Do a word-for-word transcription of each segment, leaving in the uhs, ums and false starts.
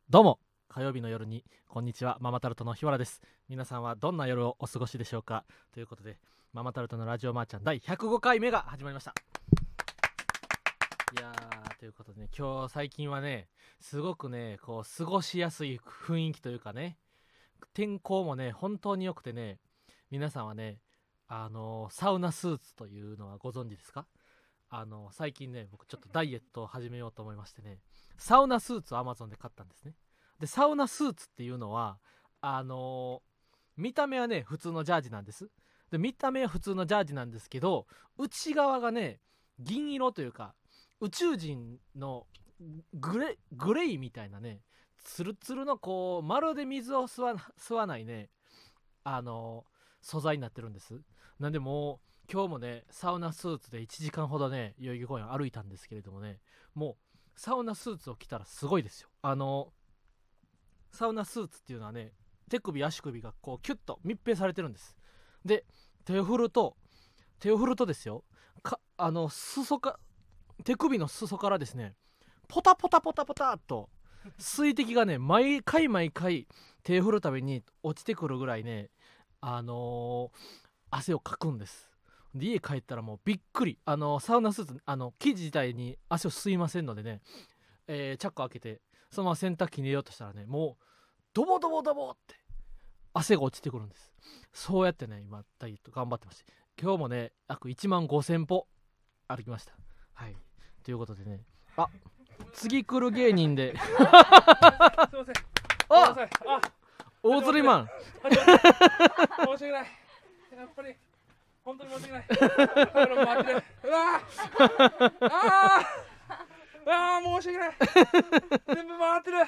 どうも火曜日の夜にこんにちは、ママタルトの日原です。皆さんはどんな夜をお過ごしでしょうか。ということでママタルトのラジオマーちゃんだいひゃくごかいめが始まりました。いやーということでね、今日最近はねすごくねこう過ごしやすい雰囲気というかね、天候もね本当に良くてね、皆さんはねあのーサウナスーツというのはご存知ですか。あのー最近ね僕ちょっとダイエットを始めようと思いましてね、サウナスーツを Amazon で買ったんですね。でサウナスーツっていうのはあのー見た目はね普通のジャージなんです。で見た目は普通のジャージなんですけど、内側がね銀色というか宇宙人のグレグレイみたいなね、ツルツルのこうまるで水を吸わ吸わないねあのー素材になってるんです。なんでもう今日もねサウナスーツでいちじかんほどね代々木公園を歩いたんですけれどもね、もうサウナスーツを着たらすごいですよ。あのサウナスーツっていうのはね手首足首がこうキュッと密閉されてるんです。で手を振ると手を振るとですよ、かあの裾か手首の裾からですねポタポタポタポタっと水滴がね毎回毎回手を振るたびに落ちてくるぐらいね、あのー汗をかくんです。で家帰ったらもうびっくり、あのーサウナスーツあの生地自体に汗を吸いませんのでね、えーチャック開けてそのまま洗濯機に入れようとしたらね、もうドボドボドボって汗が落ちてくるんです。そうやってね今ダイエット頑張ってまして、今日もね約いちまんごせん歩歩きました。はいということでね、あ次来る芸人ですいません。 ああ、 大釣りマン申し訳ない。やっぱり本当に申し訳ない。カメラも回ってる。うわー、あー、あー、申し訳ない。全部回ってる。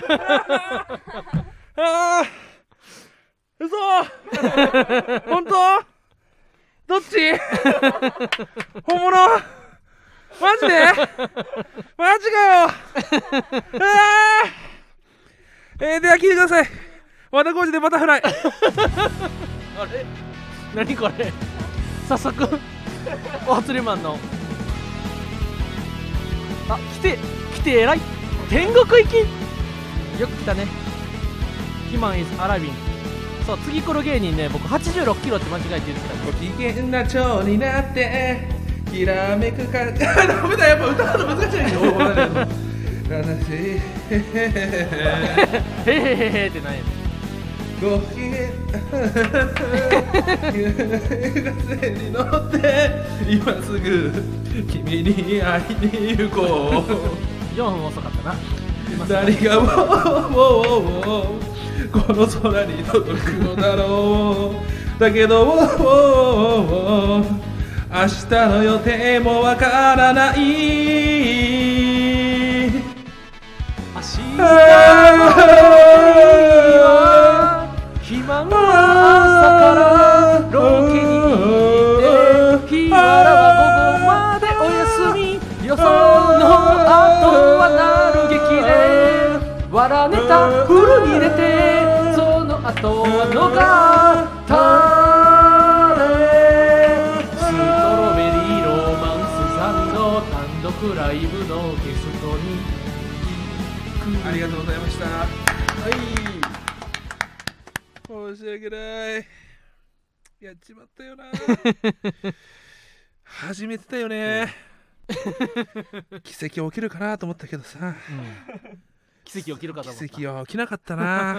あー、嘘。本当？どっち？本物？マジで？マジかよ。うわー。えー、では聞いてください。和田浩二でバタフライ。 あれ何これ早速大釣りマンのあ来て来てえらい天国行きよく来たね。ヒマン is arriving。 そう次来る芸人ね僕はちじゅうろっキロって間違えて言ってた。 ご機嫌な蝶になってきらめくかダメだ、やっぱ歌うの難しいよ。悲しいへへへへって何やねん。 ご機嫌風に乗って今すぐ君に会いに行こう。 よんぷん遅かったな。 誰がもうこの空に届くのだろう。だけど明日の予定もわからない。 明日は暇が朝からロケに行って日原は午後までお休み、よその後はなる劇で笑ネタフルに入れて、その後はのがたれストロベリーロマンスさんの単独ライブのゲストにありがとうございました。 はい申し訳ない。やっちまったよな。始めてたよね。奇跡起きるかなと思ったけどさ、うん、 奇跡起きるかと思った。 奇跡は起きなかったな。や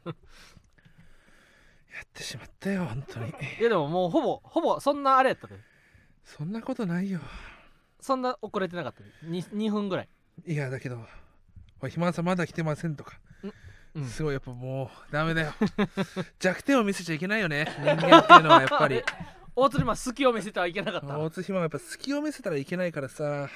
ってしまったよ本当に。 いやでももうほぼほぼそんなあれやったで。 そんなことないよ。 そんな遅れてなかったで。 2, にふんぐらい。 いやだけど肥満さんまだ来てませんとか、うん、すごいやっぱもうダメだよ。弱点を見せちゃいけないよね人間っていうのはやっぱり。 大鶴マン隙を見せてはいけなかった。 大鶴マンやっぱ隙を見せたらいけないからさ。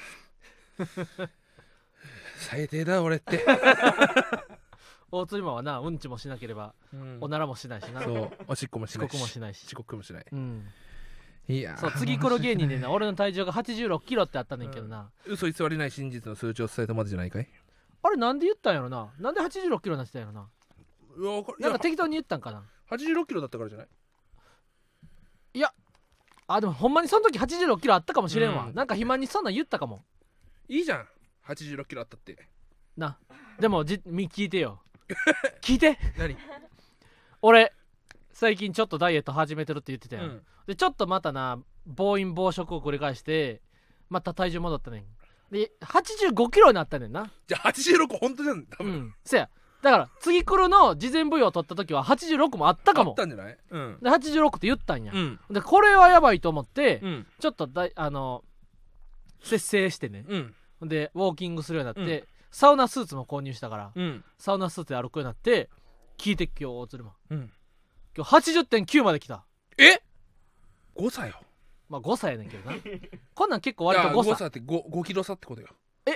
最低だ俺って。 大鶴マンはなうんちもしなければ、うん、おならもしないしな。 そうおしっこもしないし遅刻もしないし遅刻もしない、 うん、 いやそう次来る芸人でな俺の体重がはちじゅうろっキロってあったねんけどな、 うん、嘘偽りない真実の数値を伝えたまでじゃないかい。 あれなんで言ったんやろな。なんではちじゅうろっキロになってたんやろな。 うわなんか適当に言ったんかな。 はちじゅうろっキロだったからじゃない。 いやあでもほんまにその時はちじゅうろっキロあったかもしれんわ、うん、なんか暇にそんなん言ったかも。 いいじゃんはちじゅうろっキロあったってな。 でもじみ聞いてよ聞いて何俺最近ちょっとダイエット始めてるって言ってたやん、 うんでちょっとまたな暴飲暴食を繰り返してまた体重戻ったねんではちじゅうごキロになったねんな。 じゃあはちじゅうろく本当じゃん多分、 うんせやだから次来るの事前部位を取った時ははちじゅうろくもあったかもあったんじゃないうんではちじゅうろくって言ったんや、 うんでこれはやばいと思って、 うんちょっとだいあの節制してね、 うんでウォーキングするようになって、 うんサウナスーツも購入したから、 うんサウナスーツで歩くようになって聞いて今日大鶴マンうん今日 はちじゅってんきゅう まで来た。 えごさよ。 まあごさやねんけどなこんなん結構割と誤差。 誤差って 5, 5キロ差ってことよ。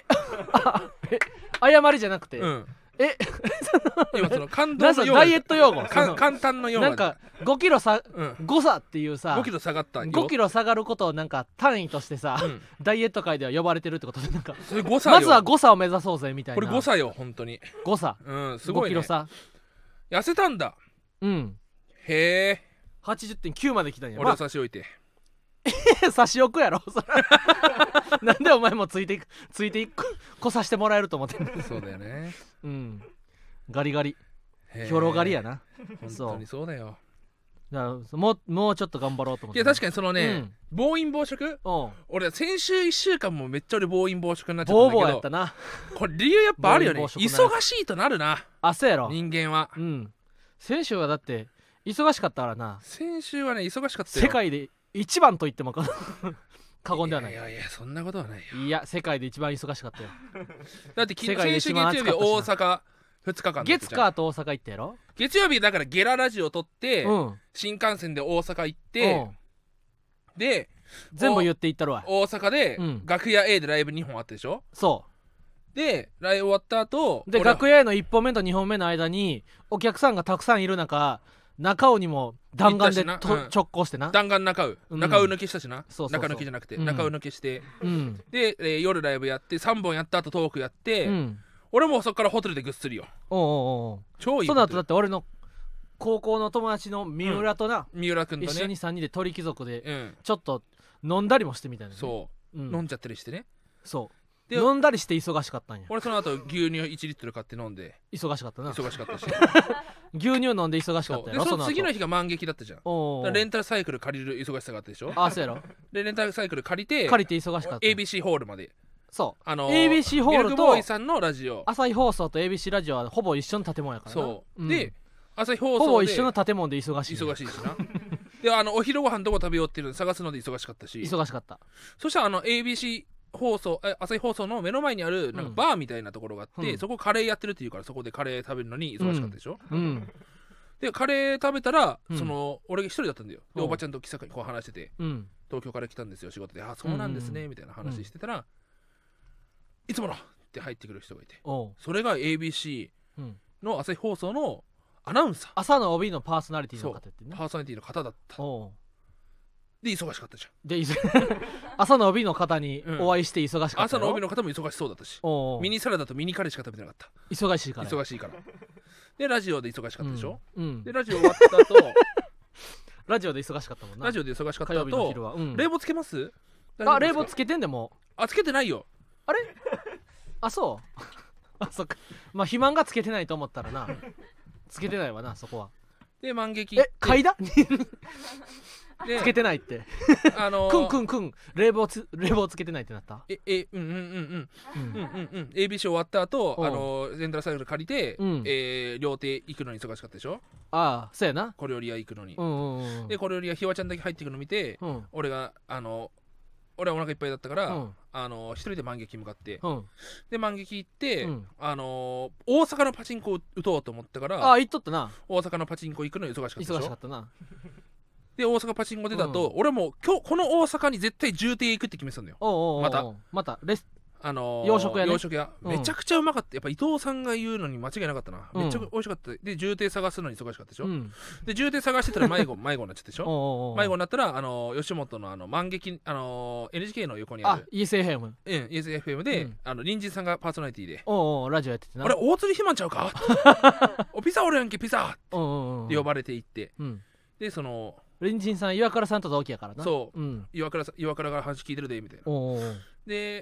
誤りじゃなくて、 うんえ今その簡なんか単のダイエット用語かその簡単の用語なんかごキロさうん誤差っていうさごキロ下がったよ。 ごキロ下がることをなんか単位としてさ、 うんダイエット界では呼ばれてるってことでなんかそれ誤差よ。 まずは誤差を目指そうぜみたいな。 これ誤差よ本当に。 誤差うんすごいね。 ごキロ差痩せたんだ。 うんへえ。 はちじゅってんきゅうまで来たんや。 俺を差し置いて。 まあ、差し置くやろそらなんでお前もついていくついていくこさしてもらえると思ってんのそうだよね。 うんガリガリへー広がりやな。 本当にそうだよ。 だからもうもうちょっと頑張ろうと思っていや確かにそのね、 うん暴飲暴食うん俺先週いっしゅうかんもめっちゃ俺暴飲暴食になっちゃボーったんだけどボーやったな。 これ理由やっぱあるよね。 暴飲暴食な忙しいとなるなあそうやろ人間は。 うん先週はだって忙しかったからな。 先週はね忙しかったよ。 世界で一番と言っても過過言ではない。 いやいやいやそんなことはないよ。 いや世界で一番忙しかったよ。 だってき世界で先週一番月曜日暑かったし大阪ふつかかんだったじゃん月火と大阪行ったやろ。 月曜日だからゲララジオ撮って、 うん新幹線で大阪行って、 うんで全部言っていったるわ。 大阪で、 うん楽屋 A でライブにほんあったでしょ。 そでライブ終わった後うで俺は楽屋へのいっぽんめとにほんめの間にお客さんがたくさんいる中中尾にも弾丸でと行ったしなうん直行してな。 弾丸中尾、 うん中尾抜けしたしな。 そうそうそう中抜きじゃなくて、 うん中尾抜けしてうんで、えー夜ライブやってさんぼんやった後トークやって、 うん俺もそっからホテルでぐっすりよ。 おうおうおう超いいその後だホテルって俺の高校の友達の三浦とな、 三浦君とね一緒にさんにんで鳥貴族でうんちょっと飲んだりもしてみたいな、ね、 そうう、 ん、 飲んじゃったりしてね。 そうで飲んだりして忙しかったんや。 俺その後牛乳いちリットル買って飲んで忙しかったな。 忙しかったし牛乳飲んで忙しかそうでったやろ。 その次の日日が満劇だったじゃん。だおからレンタルサイクル借りる忙しさがあったでしょ。 あそうやろでレンタルサイクル借りて借りて忙しかった。 エービーシー ホールまでそうあのエービーシー ホールとミルクボーイさんのラジオ朝日放送と エービーシー ラジオはほぼ一緒の建物やからな。 そう、 んで朝日放ほぼ送で一緒の建物で忙しい、ね、 忙しいしなであのお昼ご飯どこ食べようっていうの探すので忙しかったし、 忙しかった。 そしたらあの エービーシー 放送え朝日放送の目の前にあるなんかうんバーみたいなところがあって、 うんそこカレーやってるっていうからそこでカレー食べるのに忙しかったでしょ、 うんでカレー食べたら、 うんその俺が一人だったんだよ。でうんおばちゃんと気さかにこう話しててうん東京から来たんですよ仕事で。あそうなんですね、 うんみたいな話してたら、いつものって入ってくる人がいて、 おう、 それが エービーシうん、 ー の朝日放送のアナウンサー朝の帯のパーソナリティの方ってね。 パーソナリティの方だったおうで忙しかったじゃん。 でいず朝の帯の方にお会いして忙しかった朝よ。 の帯の方も忙しそうだったし、 おうミニサラダとミニカレーしか食べてなかった。 忙しいから忙しいからでラジオで忙しかったでしょ、 うん、うんでラジオ終わった後ラジオで忙しかったもんな。 ラジオで忙しかった火曜日の後昼は、うん、 冷房つけます？ あ冷房つつけてんでもあつけてないよ。 あそうあそっかまあ肥満がつけてないと思ったらなつけてないわなそこは。 で満劇行ってえ嗅いだでつけてないってあのー、 くんくんくん冷房つ冷房つけてないってなった。 ええうんうんうんうんうんうんうんうん エービーシー 終わった後うんあのーレンタルサイクル借りて、 うんえー料亭行くのに忙しかったでしょ。 ああそうやな。 小料理屋行くのに、 うんうんうんで小料理屋ひわちゃんだけ入ってくるの見て、 うん俺があの俺はお腹いっぱいだったから、 うんあの一人で満劇向かって、 うんで満劇行って、 うんあの大阪のパチンコ打とうと思ったからああ言っとったな。 大阪のパチンコ行くのに忙しかったでしょ。 忙しかったな。 で大阪パチンコ出たと、 う俺も今日この大阪に絶対重点行くって決めてたんだよ。 おうおうおうまたまたレスあのー、 洋食屋ね洋食屋、 うんめちゃくちゃうまかった。やっぱ伊藤さんが言うのに間違いなかったな、 うんめっちゃ美味しかった。で重点探すのに忙しかったでしょ、 うんで重点探してたら迷子迷子になっちゃったでしおうょ。 おうおう迷子になったらあのー吉本のあの満劇あのー エヌジーケー の横にああるイースエフエムうん イーエスエフエム で、 うんあの隣人さんがパーソナリティで、 おうおうラジオやっててな。 あれ大釣り肥満ちゃうかおピザおるやんけピザおうおうおうって呼ばれていって、 うんでその隣人さん岩倉さんと同期やからな。 そううん岩倉さ岩倉から話聞いてるでみたいな。 おうおうおうで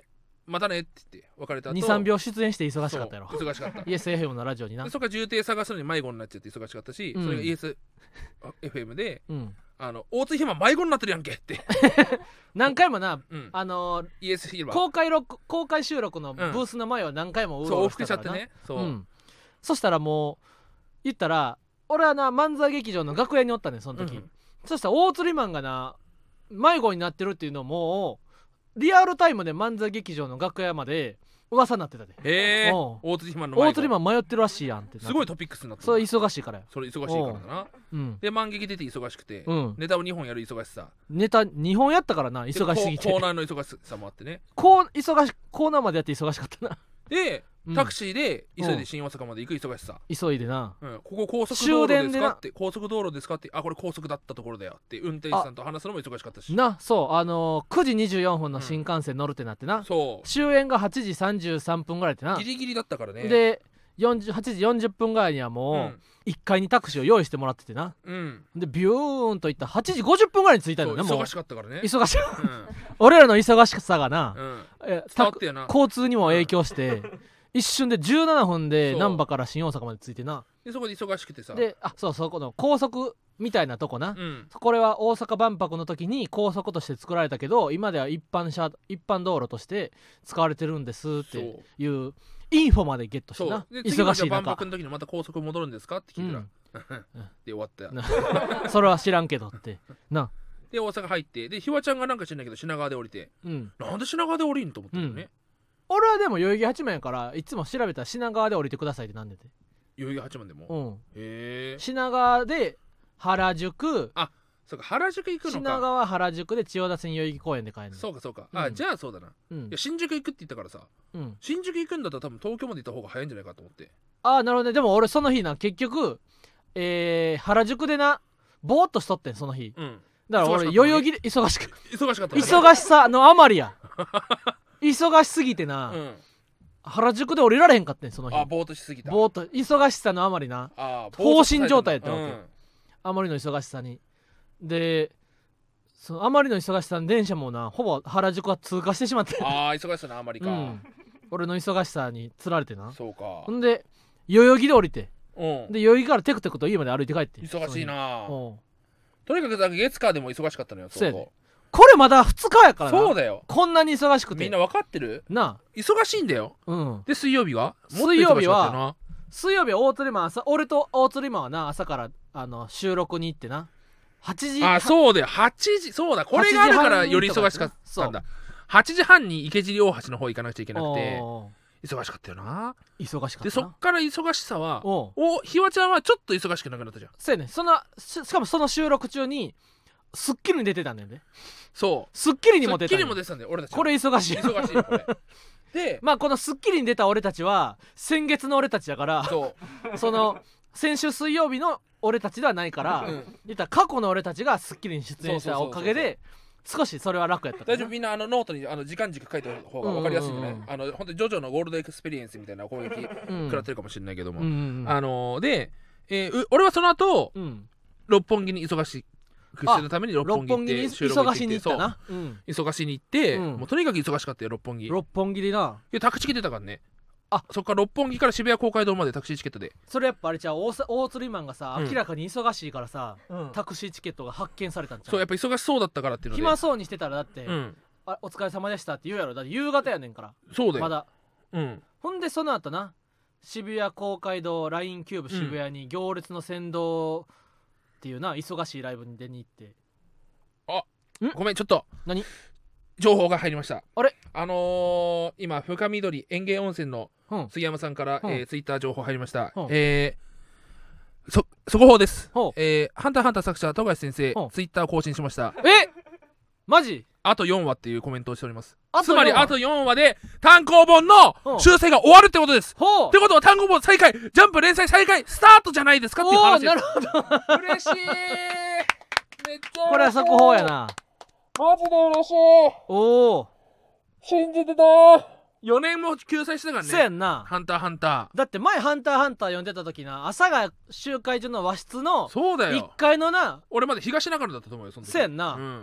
またねって言って別れた後にさんびょう出演して忙しかったやろ。 そう忙しかったイエス エフエム のラジオになで。そっから重低探すのに迷子になっちゃって忙しかったし、 うんそれが イーエスエフエム でうんあの大津ひま迷子になってるやんけって何回もな、 うん、 あのー、 イーエス ひま公開録公開収録のブースの前を何回もうろうろしたからな。 そう往復しちゃってね。そう、 うん、そしたらもう言ったら俺はな漫才劇場の楽屋におったねその時、うん、そしたら大釣りマンがな迷子になってるっていうのをもうリアルタイムで漫才劇場の楽屋まで噂になってたで。 へえ。大釣りマンの迷子、 大釣りマン迷ってるらしいやんってすごいトピックスになってる。 それ忙しいからよ。 それ忙しいからだな、うん、で漫劇出て忙しくて、うん、ネタをにほんやる忙しさ、 ネタにほんやったからな忙しすぎてコーナーの忙しさもあってね、 こう忙しコーナーまでやって忙しかったなでタクシーで急いで新大阪まで行く忙しさ、 うん、急いでな、 うん、ここ高速道路ですかって高速道路ですかってあこれ高速だったところだよって運転手さんと話すのも忙しかったしな。そうあのー、くじにじゅうよんふんの新幹線乗るってなってな、うん、そう終演がはちじさんじゅうさんぷんぐらいってなギリギリだったからね。 でよんじゅうはちじよんじゅっぷんぐらいにはもう、うん、いっかいにタクシーを用意してもらっててな、うん、でビューンといったはちじごじゅっぷんぐらいに着いたのね。もう忙しかったからね。 忙しい、うん、俺らの忙しさがな、うん、え伝わってやな交通にも影響して、うん、一瞬でじゅうななふんで難波から新大阪まで着いてな。 でそこで忙しくてさであそうそこの高速みたいなとこな、うん、これは大阪万博の時に高速として作られたけど今では一般車一般道路として使われてるんですっていうインフォまでゲットしてな。 で次のじゃ万博の時にまた高速戻るんですかって聞いたら、うん、で終わったよそれは知らんけどってな。 で大阪入ってでひわちゃんがなんか知らないけど品川で降りて、うん、なんで品川で降りんと思ってるのね、うん、 俺はでも代々木八幡やからいつも調べたら品川で降りてくださいってなんでて代々木八幡でも、うん、へえ。品川で原宿、 あそうか原宿行くのか。 品川原宿で千代田線代々木公園で帰るの。 そうかそうか、うん、あじゃあそうだな、うん、いや新宿行くって言ったからさ、うん、新宿行くんだったら多分東京まで行った方が早いんじゃないかと思って。 ああなるほどね。でも俺その日な結局、えー、原宿でなぼーっとしとってんその日、うん、だから俺代々木で忙しく忙しかった、 ね、忙しさのあまりや忙しすぎてな、うん、原宿で降りられへんかったんその日。 あぼーっとしすぎた。 ぼーっと忙しさのあまりな放心状態やったわけ、うん、あまりの忙しさに。でそのあまりの忙しさに電車もなほぼ原宿は通過してしまって。 あー忙しさのあまりか、うん、 俺の忙しさにつられてな。 そうか。 ほんで代々木で降りて、うん、で代々木からテクテクと家まで歩いて帰って。 忙しいな。とにかく月火でも忙しかったのよ。 そうそうこれまだふつかやからな。 そうだよ。 こんなに忙しくてみんな分かってるなあ。忙しいんだよ、うん、で水曜日は水曜日は水曜日は大釣りマン朝俺と大釣りマンはな朝からあの収録に行ってなはちじ。 あそうだよはちじ。そうだこれがあるからより忙しかったんだ。はちじはんに池尻大橋の方行かなくちゃいけなくて忙しかったよな。 忙しかったな。 でそっから忙しさはおひわちゃんはちょっと忙しくなくなったじゃん。 そうやね。その し, しかもその収録中にスッキリに出てたんだよね。 そうスッキリにも出てた。 スッキリも出てたんだよ俺たち。 これ忙しい忙しいよこれでまあこのスッキリに出た俺たちは先月の俺たちだからそうその先週水曜日の俺たちではないから、うん、言ったら過去の俺たちがスッキリに出演したおかげで少しそれは楽やった。 大丈夫みんなあのノートにあの時間軸書いてる方が分かりやすいよね、うんうんうん、あの本当にジョジョのゴールドエクスペリエンスみたいな攻撃食らってるかもしれないけども、うんうんうん、あのー、で、えー、俺はその後、うん、六本木に忙しい屈指のために六本木行って収録行って忙しに行ったな、うん、 忙しに行って、うん、もうとにかく忙しかったよ六本木。 六本木でなタクシー出たからね。あそっから六本木から渋谷公会堂までタクシーチケットで。 それやっぱあれちゃう大, 大釣りマンがさ、うん、明らかに忙しいからさ、うん、タクシーチケットが発見されたんちゃう。 そうやっぱ忙しそうだったからっていうので暇そうにしてたらだって、うん、あお疲れ様でしたって言うやろ。だって夕方やねんから。 そうだよまだ、うん、ほんでその後な渋谷公会堂 ライン キューブ渋谷に行列の先導っていうな忙しいライブに出に行って。 あごめんちょっと何情報が入りました。 あれあのー、今深緑園芸温泉の杉山さんから、うんえー、ツイッター情報入りました、うんえー、そ速報です、えー、ハンターハンター作者富樫先生ツイッター更新しました。 えマジあとよんわっていうコメントをしております。つまりあとよんわで単行本の修正が終わるってことです。ってことは単行本再開ジャンプ連載再開スタートじゃないですかっていう話です。 なるほど嬉しいめっちゃこれは速報やな。 マジで嬉しい。 おお信じてた。よねんも救済してたからね。 そうやんな。 ハンターハンターだって前ハンターハンター読んでた時な朝が集会所の和室のそうだよいっかいのな俺まで東中野だったと思うよその時。 そうやんな、 うん、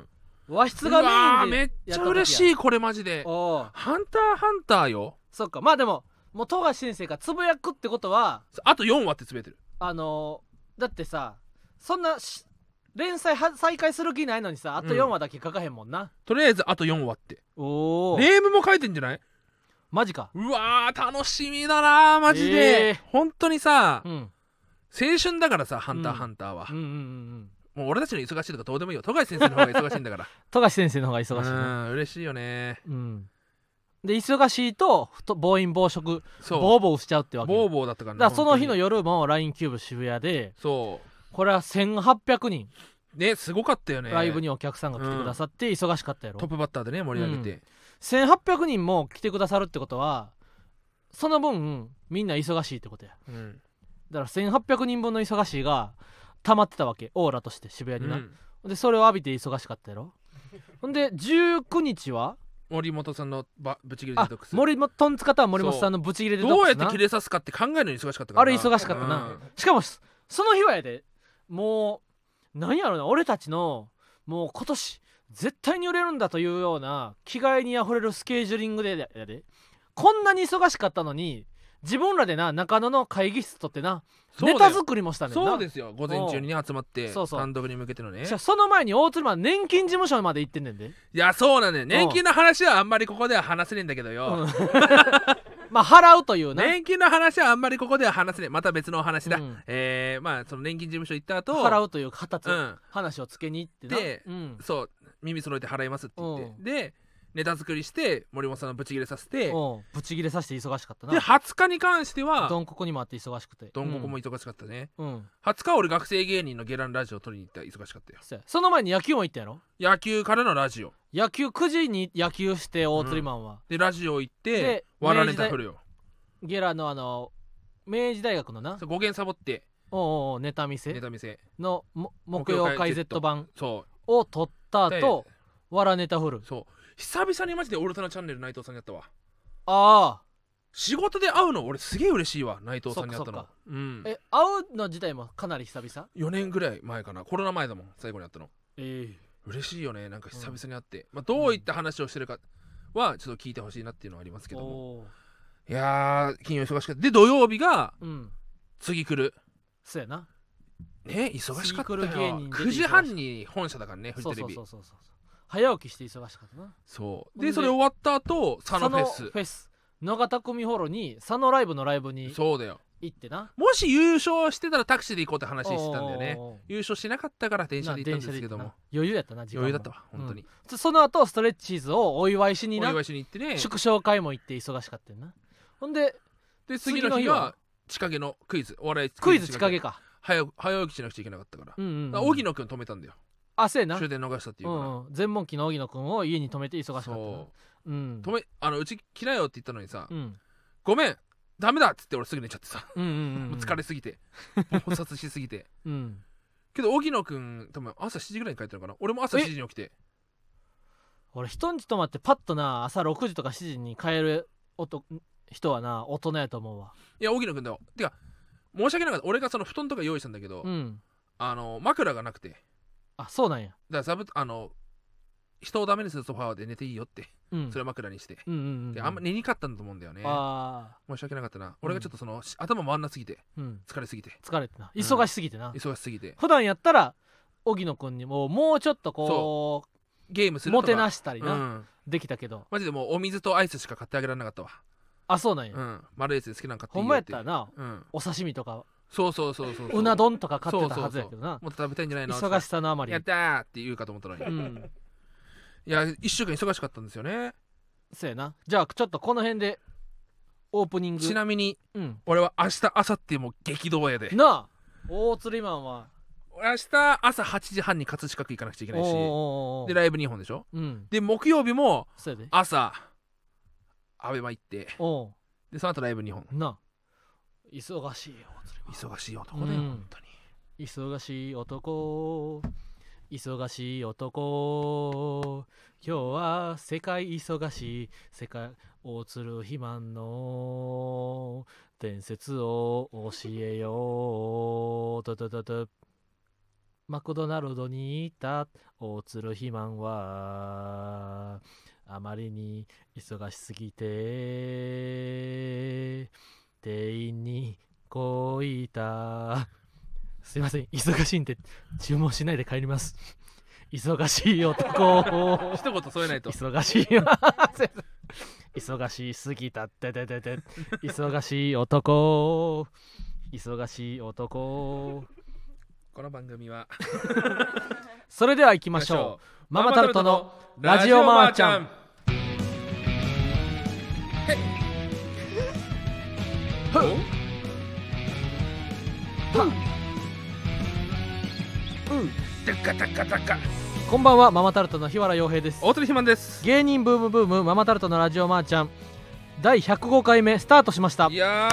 和室うがわーめっメインでちゃ嬉しいいこれマジで。 おーハンターハンターよ。 そっか、まあでももう富樫先生がつぶやくってことはあとよんわってつぶやいてる。 あのー、だってさそんなし連載は再開する気ないのにさあとよんわだけ書かへんもんな、 とりあえずあとよんわって。 おおネームも書いてんじゃない？ マジか。 うわー楽しみだなーマジで、 えー本当にさ、 うん青春だからさハンターハンターは、 うんうんうんうんもう俺たちの忙しいとかどうでもいいよ。富樫先生の方が忙しいんだから富樫先生の方が忙しいなうん嬉しいよね。 うんで忙しいとふと暴飲暴食そうボーボーしちゃうってわけボーよボーだったからね。 だからその日の本夜も ライン キューブ渋谷で当にそこれはせんはっぴゃくにんうねすごかったよね。 ライブにお客さんが来てくださって忙しかったやろ、 トップバッターでね盛り上げて、 せんはっぴゃくにんも来てくださるってことはその分みんな忙しいってことや。 うんだからせんはっぴゃくにんぶんの忙しいが溜まってたわけオーラとして渋谷にな、 うんでそれを浴びて忙しかったやろ。ほんでじゅうくにちは森本さんのばブチギレデあトックス。 森本トンツカタン森本さんのブチギレデトックスなどうやって切れさすかって考えるのに忙しかったからな。 あれ忙しかったな、しかもその日はやでもうなんやろな俺たちのもう今年絶対に売れるんだというような気概にあふれるスケジューリングでやでこんなに忙しかったのに自分らでな中野の会議室とってなネタ作りもしたねんな。 そうですよ午前中にね集まってそうそう単独に向けてのね。 しかもその前に大鶴マン年金事務所まで行ってんねんで。 いやそうなんだよ。年金の話はあんまりここでは話せねえんだけどよ、 うんまあ払うというな、 年金の話はあんまりここでは話せねえ。また別のお話だ、 うんえー、まあその年金事務所行った後払うという形、 うん話をつけに行ってなでうんそう耳揃えて払いますって言って、 うんでネタ作りして森本さんのブチギレさせて、 うんブチギレさせて忙しかったな。 ではつかに関してはどんここにもあって忙しくてどんここも忙しかったね、 うん、うんはつかは俺学生芸人のゲランラジオを撮りに行った忙しかったよ。 そうやその前に野球も行ったやろ。 野球からのラジオ野球くじに野球して大釣りマンは、 でラジオ行ってでわらネタ振るよ。 ゲラのあの明治大学のなそう語源サボっておうおうおうネタ見ネせタ見せのも木曜会 Z 版そを撮った後わらネタ振る。 うそう久々にマジでオルタナチャンネル内藤さんにやったわ。 ああ仕事で会うの俺すげえ嬉しいわ内藤さんに会ったの。 そっかうんえ会うの自体もかなり久々。 よねんぐらい前かな。コロナ前だもん最後に会ったの。 ええ嬉しいよねなんか久々に会って、まあ、どういった話をしてるかはちょっと聞いてほしいなっていうのはありますけども、 おいやー金曜忙しかった。で土曜日がーうん次来るそうやな。 ね忙しかったよ。 次来る芸人出てくじはんに本社だからねフジそうそうテレビ。 そうそうそう早起きして忙しかったな。 そうほんででそれ終わった後佐野フェ佐ス野フェス野方組ホールに佐野ライブのライブにそうだよ。 行ってな。 もし優勝してたらタクシーで行こうって話してたんだよね。 おうおうおう優勝しなかったから電車で行ったんですけどもな電車で行ったな余裕やったな時間も余裕だったわ本当に、 うんその後ストレッチーズをお祝いしになお祝いしに行ってね。 祝勝会も行って忙しかったよな。ほんでで次の日が千景のクイズお笑いクイズ千景か早早起きしなくちゃいけなかったから、 うんうん、うん、 だから荻野くん止めたんだよ。 あそうやな終電逃したっていうから、 うんうん、全問記の荻野くんを家に泊めて忙しかったな。 そううん止めあのうち来なよって言ったのにさ、 うんごめんダメだっつって俺すぐ寝ちゃってさ、 うんうんうんもう疲れすぎて考察しすぎてうんけど荻野くん多分朝しちじぐらいに帰ったのかな。俺も朝しちじに起きて俺人んち泊まってパッとな朝ろくじとかしちじに帰るおと人はな大人やと思うわ。 いや荻野くんだよ。てか申し訳なかった。俺がその布団とか用意したんだけど、 うんあの枕がなくて、だかあそうなんや。 ら座布あの人をダメにするソファーで寝ていいよって、 うんそれを枕にして、 うんうんうんであんま寝にかったんだと思うんだよね。 あ申し訳なかったな。俺がちょっとその、し頭回んなすぎてーうん疲れすぎて疲れてな忙しすぎてな、 忙しすぎて普段やったら荻野くんにももうちょっとこゲームするとかうもてなしたりな、 うん、 できたけどマジでもうお水とアイスしか買ってあげられなかったわ。 あそうなんや、 うんマルエツで好きなの買っていほんまやいよっってたらなうんお刺身とかそうそうそうそうそううな丼とか買ってたはずやけどな。 もっと食べたいんじゃないの忙しさのあまりやったーって言うかと思ったのに、いうんやいっしゅうかん忙しかったんですよね。 そうやな。じゃあちょっとこの辺でオープニングちなみにうん俺は明日明後日も激動やで。 なあ大釣りマンは明日朝はちじはんに葛飾区行かなくちゃいけないし、 おーおーおーでライブにほんでしょ。 うんで木曜日もそうやで朝アベマ行っておうでその後ライブにほん。 なあ忙しいよ大釣りマン忙しい男だよ、 うん本当に。 忙しい男忙しい男今日は世界忙しい世界大鶴肥満の伝説を教えようととととマクドナルドにいた大鶴肥満はあまりに忙しすぎて店員にこう言ったすいません忙しいんで注文しないで帰ります忙しい男一言添えないと忙しいわ忙しすぎたってててて忙しい男忙しい男この番組はそれでは行きましょうママタルトのラジオマーちゃん。こんばんは、ママタルトの日原洋平です。 大鳥ひまんです。 芸人ブームブームママタルトのラジオマーちゃんだいひゃくごかいめスタートしました。 いや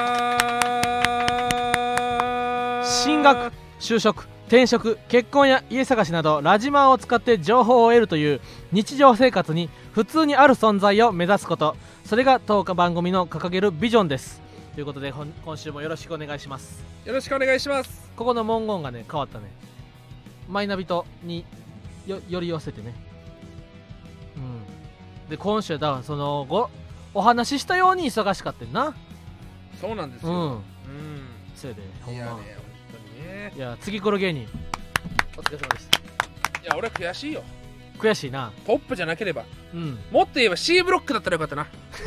ー、 進学、就職、転職、結婚や家探しなどラジマーを使って情報を得るという日常生活に普通にある存在を目指すこと、それが当番組の掲げるビジョンです。ということで今週もよろしくお願いします。 よろしくお願いします。 ここの文言がね変わったね。マイナビトによより寄せてね、うん、で今週だからそのごお話ししたように忙しかったんな。 そうなんですよ。 うん、 うん、 それでほんまいやね、本当にね。 いや次来る芸人お疲れ様でした。 いや俺は悔しいよ。 悔しいな。 トップじゃなければ、 うん、 もっと言えば C ブロックだったらよかったな。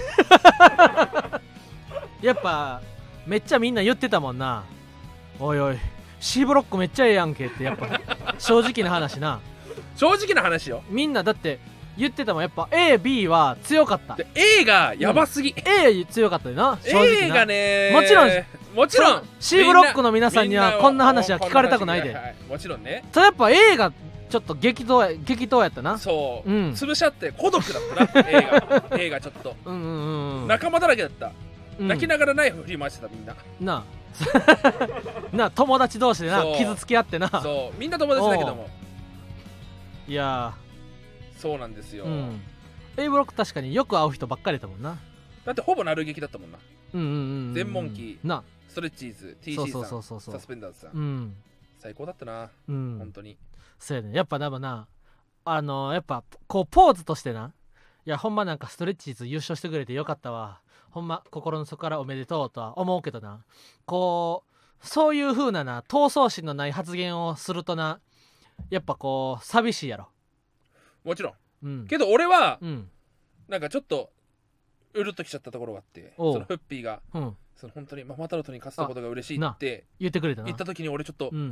やっぱめっちゃみんな言ってたもんな。おいおい C ブロックめっちゃええやんけってやっぱ正直な話な。 正直な話よ。 みんなだって言ってたもん。やっぱ A、B は強かった。 で A がやばすぎ、うん、 A 強かったよな。正直な A がねもちろんもちろん C ブロックの皆さんにはこんな話は聞かれたくないで、 はい、もちろんね。 ただやっぱ A がちょっと激闘や激闘やったな。 そう、 うん、 潰し合って孤独だったな。 A が A がちょっとうんうん、うん、 仲間だらけだった、うん、泣きながらナイフ振り回してたみんななあなあ友達同士でな傷つき合ってな。 そうみんな友達だけども。 いやそうなんですよ、うん、 A ブロック確かによく会う人ばっかりだもんな。 だってほぼなる劇だったもんな。 うんうんうん、うん、 全モンキーなストレッチーズ ティーシー さんそうそうそうそうサスペンダーズさん、 うん、 最高だったな、 うん、 本当に。 そうやね。やっぱでもなあのー、やっぱこうポーズとしてな、いやほんまなんかストレッチーズ優勝してくれてよかったわ、ほんま心の底からおめでとうとは思うけどな、こうそういう風なな闘争心のない発言をするとなやっぱこう寂しいやろ。 もちろん、 うん、 けど俺は、 うん、 なんかちょっとうるっときちゃったところがあって、そのフッピーが、 うん、 その本当にママタルトに勝つことが嬉しいって言ってくれたな。 言った時に俺ちょっと、うん、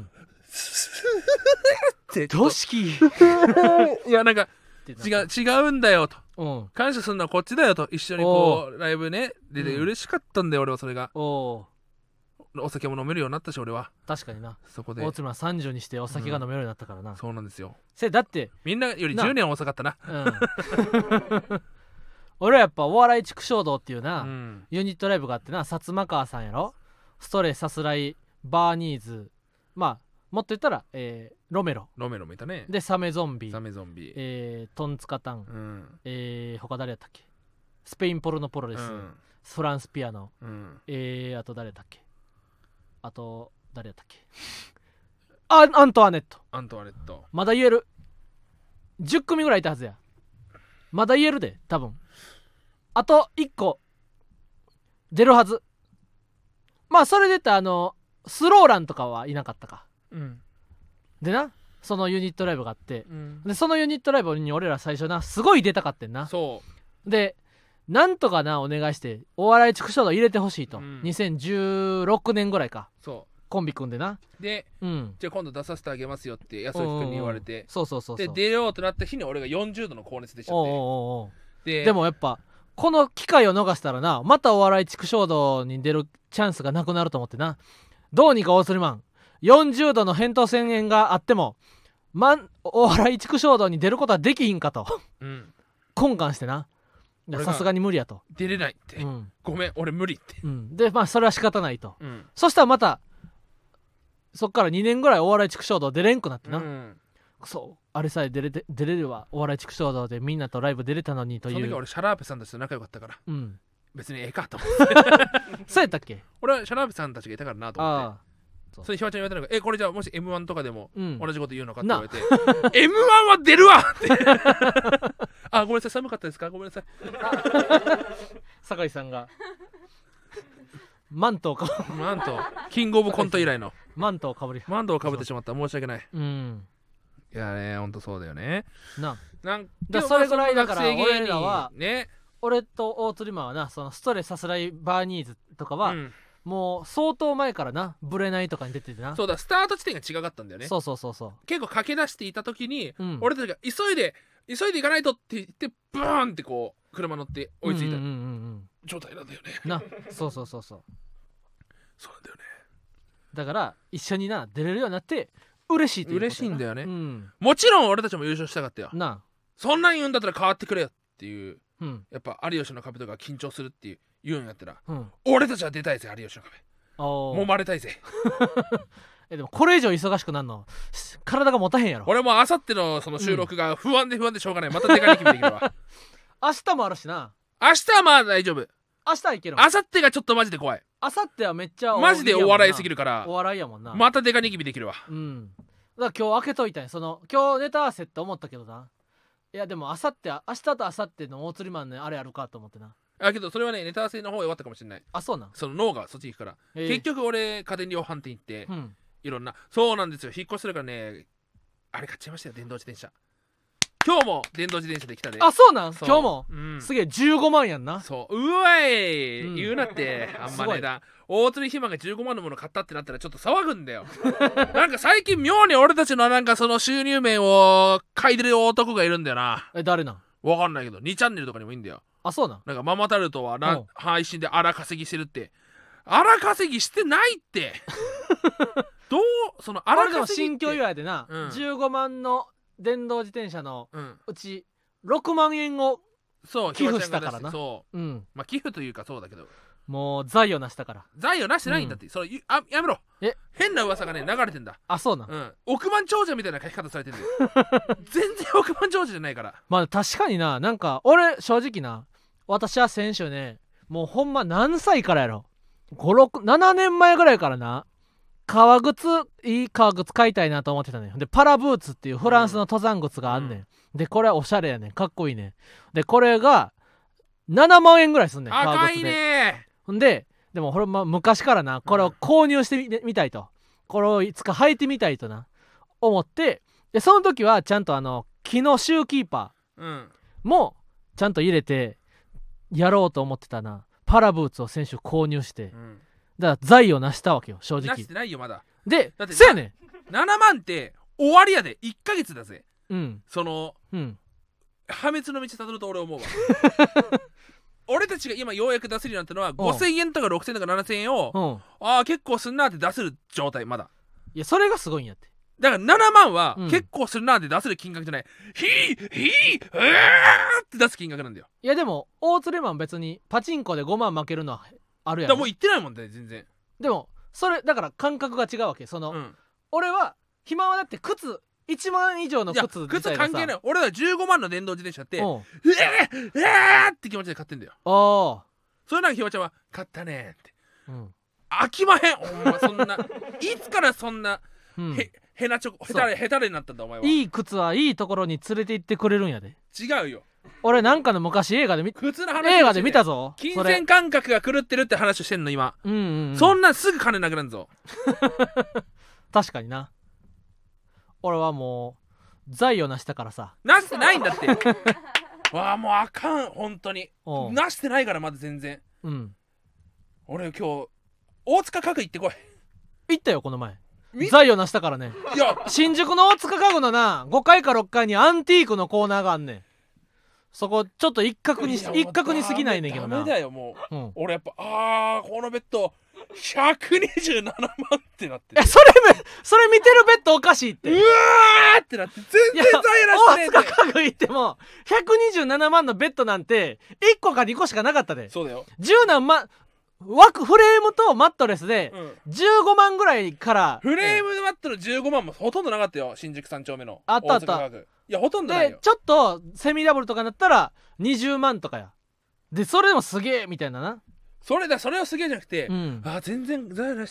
ってどしきいやなんか違う違うんだよと、 うん、 感謝するのはこっちだよと、一緒にこうライブねでで嬉しかったんだよ、うん、俺はそれが。おお酒も飲めるようになったし俺は。確かにな。 そこで大津村さんじゅうにしてお酒が飲めるようになったからな、 うん、そうなんですよ。 せだってみんなよりじゅうねん遅かったな、うん、 俺はやっぱお笑い畜生道っていうな、 うん、 ユニットライブがあってな、薩摩川さんやろ、ストレさすらいバーニーズ、まあもっと言ったら、えー、ロメロロメロもいたね。 でサメゾンビサメゾンビ、 えー、トンツカタン、 うん、えー、他誰やったっけ、スペインポルノポロレス、うん、フランスピアノ、うん、えー、あと誰だっけ、あと誰やったっけあアントワネットアントワネットまだ言える。じゅっくみぐらいいたはずや。まだ言えるで多分。あといっこ出るはず。まあそれで言ったらあのスローランとかはいなかったか、うん、でなそのユニットライブがあって、うん、でそのユニットライブに俺ら最初なすごい出たかってんな。 そうでなんとかなお願いしてお笑い畜生道入れてほしいと、うん、にせんじゅうろくねんぐらいか、 そうコンビ組んでなで、 うん、 じゃあ今度出させてあげますよって安尾君に言われて、 そうそうそうそうで出ようとなった日に俺がよんじゅうどの高熱出ちゃって、おうおうおうで, でもやっぱこの機会を逃したらなまたお笑い畜生道に出るチャンスがなくなると思ってな、どうにか大釣りマンよんじゅうどの扁桃腺炎があっても、ま、お笑い畜生道に出ることはできひんかと、うん、懇願してな、さすがに無理やと、 出れないって、うん、ごめん俺無理って、 うん、でまあそれは仕方ないと、うん、そしたらまたそっからにねんぐらいお笑い畜生道出れんくなってな、うん、そうあれさえ出れて出れるわお笑い畜生道でみんなとライブ出れたのにという。 その時俺シャラーペさんたちと仲良かったから、うん、別にええかと思ってそうやったっけ。 俺はシャラーペさんたちがいたからなと思って、 そうそれひわちゃんに言われたのがえこれじゃあもし エムワン とかでもうん同じこと言うのかって言われて エムワン は出るわってあごめんなさい寒かったですかごめんなさい酒井さんがマントをかなんとキングオブコント以来のマントをかぶりマントをかぶってしまった申し訳ないうんいやねほんとそうだよねななんだそれぐらいだからでもまあその学生芸人俺らはね俺と大釣りマンはなそのストレスさすらいバーニーズとかは、 うんもう相当前からなブレないとかに出ててなそうだスタート地点が違かったんだよねそうそうそうそ結構駆け出していた時に、 う、うん、 俺たちが急いで急いで行かないとって言ってブーンってこう車乗って追いついたうんうんうんうん状態なんだよね、 うんなそうそうそうそうそうなんだよねだから一緒にな出れるようになって嬉しいということやな嬉しいんだよねうんもちろん俺たちも優勝したかったよなそんなん言うんだったら変わってくれよっていううんやっぱ有吉の壁とか緊張するっていう言うんやったらうん俺たちは出たいぜ有吉の壁お揉まれたいぜえでもこれ以上忙しくなるの体が持たへんやろ俺もあさってのその収録が不安で不安でしょうがないまたデカニキビできるわ明日もあるしな明日はまあ大丈夫明日はいけるあさってがちょっとマジで怖い明後日はめっちゃマジでお笑いすぎるるからお笑いやもんなまたデカニキビできるわうんだから今日開けといたんやその今日ネタ合わせって思ったけどないやでも明後日明日と明後日の大釣りマンのあれやるかと思ってなあけどそれはねネタ合わせの方が良かったかもしれないあそうなん、 その脳がそっち行くから、 えー結局俺家電量販店行って、 うんいろんなそうなんですよ引っ越しするからねあれ買っちゃいましたよ電動自転車今日も電動自転車で来たであそうなんそう今日も、 うんすげえじゅうごまんやんなそううわい、 うん言うなってあんすごいま値段大釣りひまがじゅうごまんのもの買ったってなったらちょっと騒ぐんだよなんか最近妙に俺たちのなんかその収入面を嗅いでる男がいるんだよなえ誰なんわかんないけどにチャンネルとかにもいいんだよあそうなんなんかママタルトはうなん配信で荒稼ぎしてるって荒稼ぎしてないってどうその荒あれでも稼ぎって新居祝いでな、 うんじゅうごまんの電動自転車のうんうちろくまん円をそう寄付したからなひわちゃんが出してそううんまあ寄付というかそうだけどもう財を成したから財をなしてないんだって、それゆあやめろえ変な噂がね流れてんだあそうなん、 うん億万長者みたいな書き方されてんだよ全然億万長者じゃないからまあ確かにななんか俺正直な私は先週ねもうほんま何歳からやろごろくななねんまえぐらいからな革靴いい革靴買いたいなと思ってたねでパラブーツっていうフランスの登山靴があんねん、うん、でこれおしゃれやねんかっこいいねんでこれがななまん円ぐらいすんねん革赤い靴でねほんででもほら、ま、昔からなこれを購入してみ,、うん、みたいとこれをいつか履いてみたいとな思ってでその時はちゃんとあの木のシューキーパーうんーもちゃんと入れてやろうと思ってたなパラブーツを先週購入してうんだから財を成したわけよ正直なしてないよまだでだってそうやねななまんって終わりやでいっかげつだぜんうんそのうん破滅の道たどると俺思うわ俺たちが今ようやく出せるようになったのはごせんえんとかろくせんえんとかななせんえんをうんああ結構すんなって出せる状態まだいやそれがすごいんやってだからななまんはうん結構するなって出せる金額じゃない、ヒーヒーうーって出す金額なんだよいやでも大釣りマン別にパチンコでごまん負けるのはあるやんだからもう言ってないもんね全然でもそれだから感覚が違うわけその、 うん俺は暇はだって靴いちまん以上のいや靴自靴体がさ関係ない俺はじゅうごまんの電動自転車ってううんえーうえーって気持ちで買ってんだよあそれなんかひわちゃんは買ったねってあうん飽きまへんほんまそんないつからそんなうんへへなちょこへたれへたれになったんだお前はいい靴はいいところに連れて行ってくれるんやで違うよ俺なんかの昔映画で見靴の話映画で見たぞ金それ銭感覚が狂ってるって話をしてんの今、 うんうん、うん、 そんなんすぐ金なくなるぞ確かにな俺はもう財を成したからさなしてないんだってわあもうあかん本当におうなしてないからまだ全然うん俺今日大塚家具行ってこい行ったよこの前み財を成したからねいや新宿の大塚家具のなごかいかろっかいにアンティークのコーナーがあんねんそこちょっと一角にしいや一角に過ぎないねんけどなダメだよもううん俺やっぱあーこのベッドひゃくにじゅうななまんってなってえそれめそれ見てるベッドおかしいってうわーってなって全いや然財らしてねえ大塚家具行ってもひゃくにじゅうななまんのベッドなんていっこかにこしかなかったでそうだよ、 じゅう何万枠フレームとマットレスでうん、 じゅうごまんぐらいからフレームマットのじゅうごまんもほとんどなかったよ新宿さん丁目のあったあった大塚家具いやほとんどないよでちょっとセミダブルとかになったらにじゅうまんとかやでそれでもすげえみたいななそれだそれはすげえじゃなくて、 うんあー全然財らしてない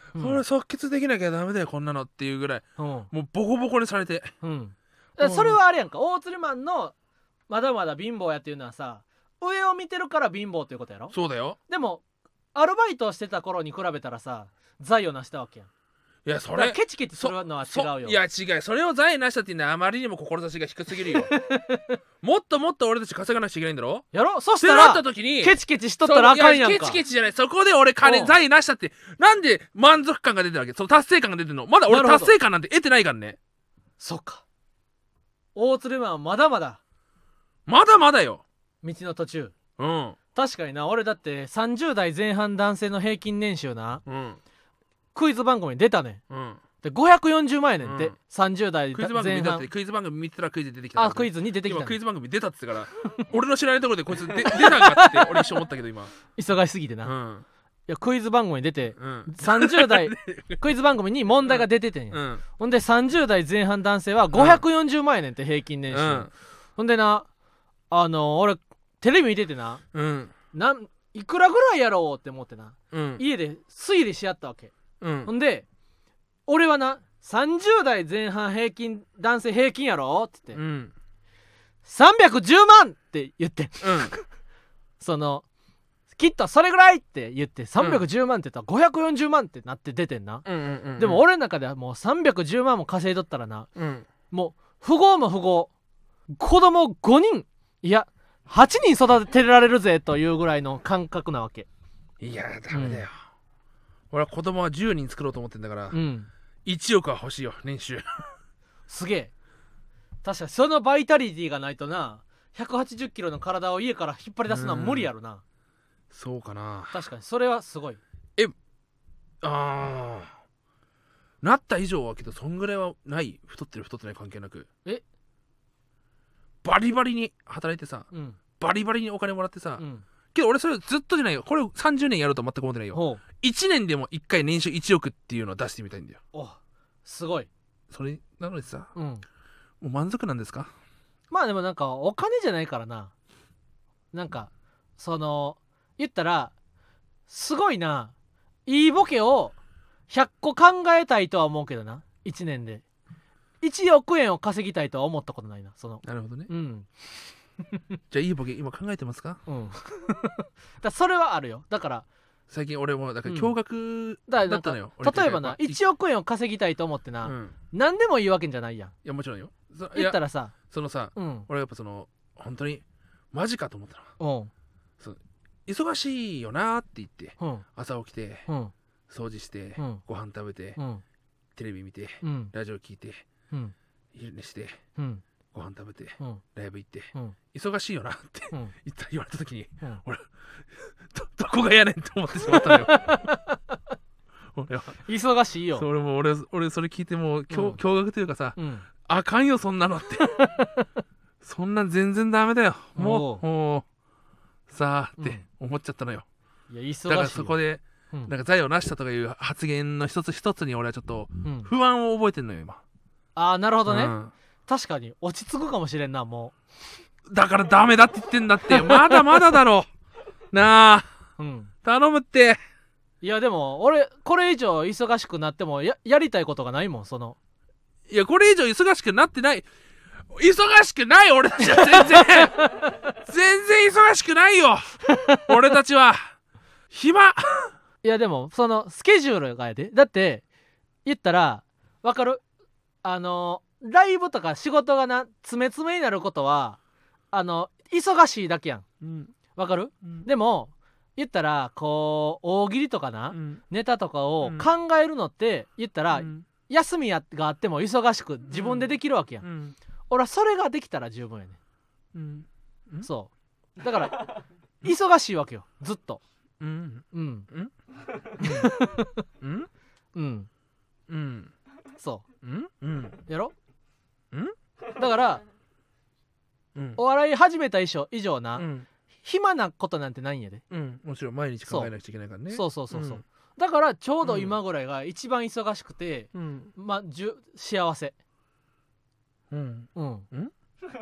うん、 これ即決できなきゃダメだよこんなのっていうぐらい、 うん、 もうボコボコにされて、 うん、だからそれはあれやんか、大釣りマンのまだまだ貧乏やっていうのはさ、上を見てるから貧乏っていうことやろ。 そうだよ。 でもアルバイトをしてた頃に比べたらさ、財を成したわけやん。 いやそれケチケチするのは違うよ。 いや違う、それを財なしたっていうのはあまりにも志が低すぎるよもっともっと俺たち稼がなくちゃいけないんだろ。 やろ。そしったてならった時にケチケチしとったらあかんやんか。 ケチケチじゃない、そこで俺金財なしたってなんで満足感が出てるわけ、その達成感が出てるの。まだ俺達成感なんて得てないからね。 そっか、大釣りマンはまだまだまだまだよ、 道の途中。 うん、 確かにな。俺だってさんじゅう代前半男性の平均年収な、 うん、 クイズ番組に出たね、 うん、 でごひゃくよんじゅうまんやねんって、うん、さんじゅう代クイズ番組前半。 出たってクイズ番組見てたらクイズ出てきた。 あ、クイズに出てきた、ね、 今クイズ番組出たって言ってから俺の知らないところでこいつ出たんかって俺一瞬思ったけど今忙しすぎてな、 うん、 いやクイズ番組に出て、 うん、 さんじゅう代クイズ番組に問題が出ててんや、うん、ほんでさんじゅう代前半男性はごひゃくよんじゅうまんやねんって平均年収、うん、ほんでな、あのー、俺テレビ見ててな、うん、なんいくらぐらいやろうって思ってな、うん、家で推理し合ったわけ、うん、ほんで俺はなさんじゅう代前半平均男性平均やろって言って、うん、さんびゃくじゅうまんって言って、うん、そのきっとそれぐらいって言ってさんびゃくじゅうまんって言ったらごひゃくよんじゅうまんってなって出てんな、うんうんうんうん、でも俺の中ではもうさんびゃくじゅうまんも稼いどったらな、うん、もう富豪も富豪、子供ごにんいやはちにん育てられるぜというぐらいの感覚なわけ。 いやダメだよ、うん、俺は子供はじゅうにん作ろうと思ってんだから、うん、いちおくは欲しいよ年収すげえ。確かにそのバイタリティがないとな、ひゃくはちじゅっキロの体を家から引っ張り出すのは無理やろな、うん、 そうかな。 確かにそれはすごい。 えああなった以上はけどそんぐらいはない。太ってる太ってない関係なく、えバリバリに働いてさ、うん、バリバリにお金もらってさ、うん、けど俺それずっとじゃないよ。これをさんじゅうねんやると全く思ってないよ。いちねんでもいっかい年収いちおくっていうのを出してみたいんだよ。 おすごい。 それなのでさ、うん、もう満足なんですか。 まあでもなんかお金じゃないからな。なんかその言ったらすごいな、いいボケをひゃっこ考えたいとは思うけどな、いちねんでいちおくえんを稼ぎたいとは思ったことないな。そのなるほどね、 うん、 じゃあいいボケ今考えてますか。 うんだそれはあるよ。だから最近俺もだから驚愕だったのよ、 うん、例えばないちおくえんを稼ぎたいと思ってな、うん、何でもいいわけじゃないやん。いやもちろんよ。 言ったらさそのさ、うん、俺はやっぱその本当にマジかと思ったの、うん、その忙しいよなって言って、うん、朝起きて、うん、掃除して、うん、ご飯食べて、うん、テレビ見て、うん、ラジオ聞いて、うん、昼寝して、うん、ご飯食べて、うん、ライブ行って、うん、忙しいよなって、うん、言った言われた時に、うん、俺 ど, どこがやねんって思ってしまったのよ俺は忙しいよ。 それも 俺, 俺それ聞いてもう、うん、驚愕というかさ、うん、あかんよそんなのってそんなん全然ダメだよもうもうさあって思っちゃったのよ、 うん、いや忙しいよ。 だからそこで、うん、なんか財を成したとかいう発言の一つ一つに俺はちょっと不安を覚えてんのよ今、うん、 ああなるほどね、うん、確かに落ち着くかもしれんな。もうだからダメだって言ってんだってまだまだだろなあ、うん、頼むって。 いやでも俺これ以上忙しくなっても や, やりたいことがないもん。そのいやこれ以上忙しくなってない。忙しくない俺たちは全然全然忙しくないよ俺たちは暇。 いやでもそのスケジュールがやで。だって言ったらわかる、あのライブとか仕事がな詰め詰めになることはあの忙しいだけやん、うん、わかる、うん、でも言ったらこう大喜利とかな、うん、ネタとかを考えるのって言ったら、うん、休みやがあっても忙しく自分でできるわけやん、うん、俺はそれができたら十分やね、うんうん、そうだから忙しいわけよずっと。うんうんうんうんうんうんそううんうんやろうんだから、うん、お笑い始めた以上以上な、うん、暇なことなんてないんやで、 うん、もちろん毎日考えなくちゃいけないからね。 そうそうそうそう、うん、だからちょうど今ぐらいが一番忙しくて、うん、まあじゅ幸せ。うんうんうん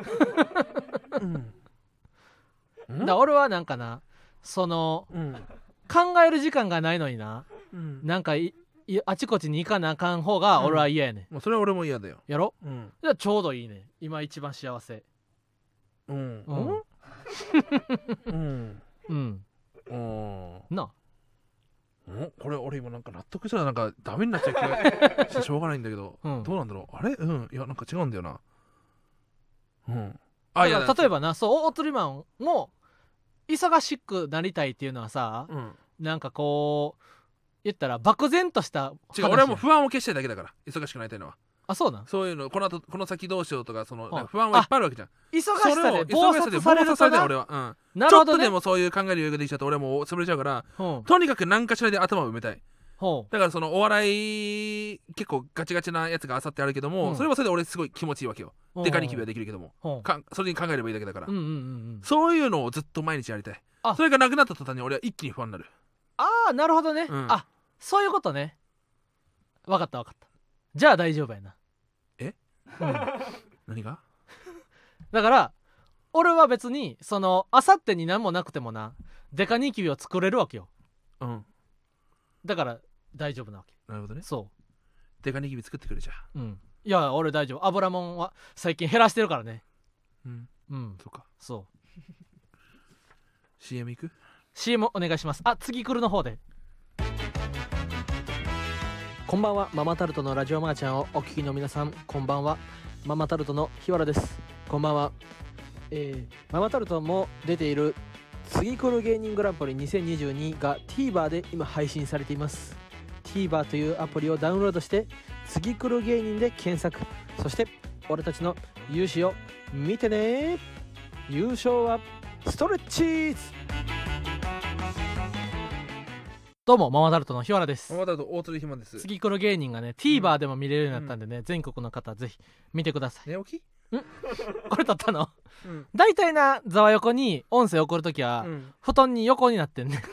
うん、だ俺はなんかなその、うん、考える時間がないのにな、うん、なんかいいあちこちに行かなあかん方が俺は嫌やねん、 もうそれは俺も嫌だよ。 やろうんじゃあちょうどいいね今一番幸せ。 うんうんうんうんうんなうんこれ俺今なんか納得したらなんかダメになっちゃう気がしてしょうがないんだけど、 うんどうなんだろうあれうんいやなんか違うんだよな。うんあいや例えばなそう大釣りマンも忙しくなりたいっていうのはさ、 うんなんかこう言ったら漠然とした話違う俺はもう不安を消したいだけだから忙しくなりたいのは。 あそうなんそういうのこの後この先どうしようとかそのうんなんか不安はいっぱいあるわけじゃん。 忙しそさでれを暴殺忙しさでされると暴殺されたいな俺は、うん、 なるほどねちょっとでもそういう考える余裕ができちゃうと俺はもう潰れちゃうから、 ほうとにかく何かしらで頭を埋めたい。 ほうだからそのお笑い結構ガチガチなやつがあさってあるけども、 うんそれはそれで俺すごい気持ちいいわけよ。 ほうでかにきびはできるけどもほうかそれに考えればいいだけだから、 うんうんうんうんそういうのをずっと毎日やりたい。 あそれがなくなった途端に俺は一気に不安になる。 ああなるほどね、 うんあそういうことね。わかったわかった。じゃあ大丈夫やな。 え、 うん、 何がだから俺は別にそのあさってに何もなくてもなデカニキビを作れるわけよ。 うんだから大丈夫なわけ。 なるほどね。 そデカニキビ作ってくれじゃううんいや俺大丈夫。油もんは最近減らしてるからね。 うんうんそうか。 そうシーエム 行くシーエム お願いします。あ次来るの方で。こんばんは。ママタルトのラジオマーちゃんをお聞きの皆さんこんばんは。ママタルトの日原です。こんばんは。えー、ママタルトも出ている次来る芸人グランプリにせんにじゅうにが TVer で今配信されています。 TVer というアプリをダウンロードして次来る芸人で検索、そして俺たちの勇姿を見てね。優勝はストレッチーズ。どうもママタルトの日原です。 ママタルト大鶴ひまです。 次来る芸人がね TVer でも見れるようになったんでね、うん、全国の方ぜひ見てください。 寝起きんこれ撮ったの、 うん、 だいたいなざわ横に音声送るときは、うん、布団に横になってんね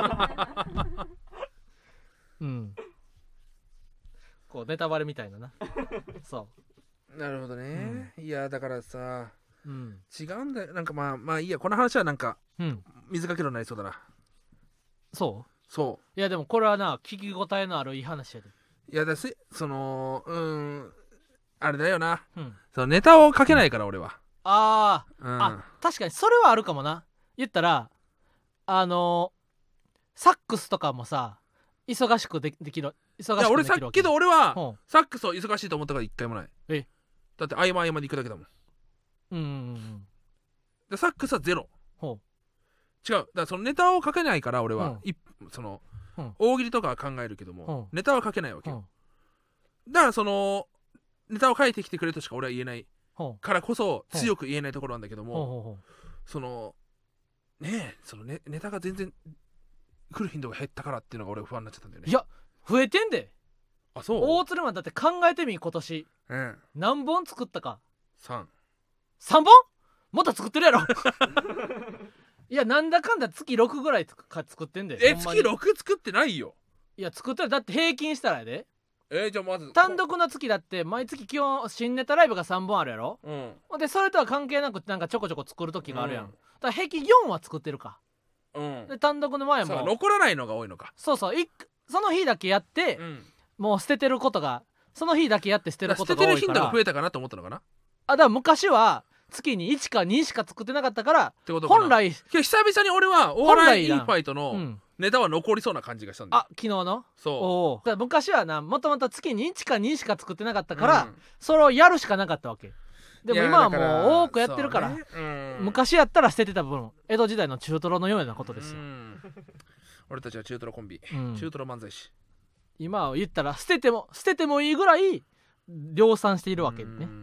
うんこうネタバレみたいななそうなるほどね、うん、いやだからさ、 うん、 違うんだよ。なんかまあまあいいや、この話はなんか、うん、水かけろになりそうだな。 そうそういやでもこれはな聞き応えのあるいい話やで。 いやだしそのうーんあれだよな、うん、そのネタをかけないから俺は。 あー、うん、あ確かにそれはあるかもな。言ったらあのー、サックスとかもさ忙しくでできる忙しくできるわけ。いや俺さっけど俺は、うん、サックスを忙しいと思ったから一回もない。えだって合間合間で行くだけだもん。 うんうんうんでサックスはゼロ。ほう違うだからそのネタをかけないから俺は、うん、その、うん、大喜利とかは考えるけども、うん、ネタはかけないわけよ、うん、だからそのネタを書いてきてくれとしか俺は言えないからこそ強く言えないところなんだけども、そのねえその ネ, ネタが全然来る頻度が減ったからっていうのが俺は不安になっちゃったんだよね。 いや増えてんで。 あそう大鶴マンだって考えてみ今年、うん、何本作ったか。 さんさんぼんもっと作ってるやろいやなんだかんだ月ろくぐらいか作ってんで。 え月ろく作ってないよ。 いや作ってる。だって平均したらやで。 えー、じゃあまず単独の月だって毎月基本新ネタライブがさんぼんあるやろ、うん、でそれとは関係なくなんかちょこちょこ作る時があるやん、うん、だから平均よんは作ってるか、うん、で単独の前も残らないのが多いのか。 そうそうその日だけやって、うん、もう捨ててることがその日だけやって捨てることが多いから捨ててる頻度が増えたかなと思ったのかな。 あだから昔は月にいちかにしか作ってなかったからってことかな。本来久々に俺はお笑いインファイトのネタは残りそうな感じがしたんだよ。 あ昨日のそうだから昔はなもともと月にいちかにしか作ってなかったから、うん、それをやるしかなかったわけ。でも今はもう多くやってるから、ねうん、昔やったら捨ててた分江戸時代の中トロのようなことですよ。うん俺たちは中トロコンビ、うん、中トロ漫才師。 今は言ったら捨てても捨ててもいいぐらい量産しているわけね。うん、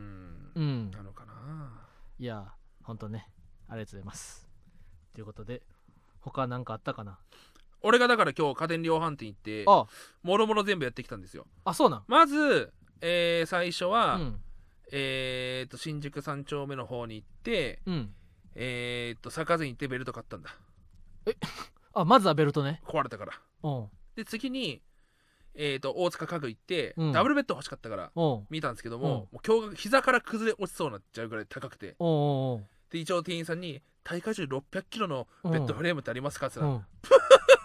うん、 なのかな。 いやほんとねありがとうございます。ということで他何かあったかな。 俺がだから今日家電量販店行ってああもろもろ全部やってきたんですよ。 あそうなん。 まず、えー、最初は、うん、えー、と新宿さん丁目の方に行って、うん、えー、と坂膳行ってベルト買ったんだ。 えあまずはベルトね壊れたから。 おうで次にえー、と大塚家具行って、うん、ダブルベッド欲しかったから見たんですけども、もう今日膝から崩れ落ちそうになっちゃうぐらい高くて、 おうおうで一応店員さんに耐荷重ろっぴゃくキロのベッドフレームってありますかって言ったら、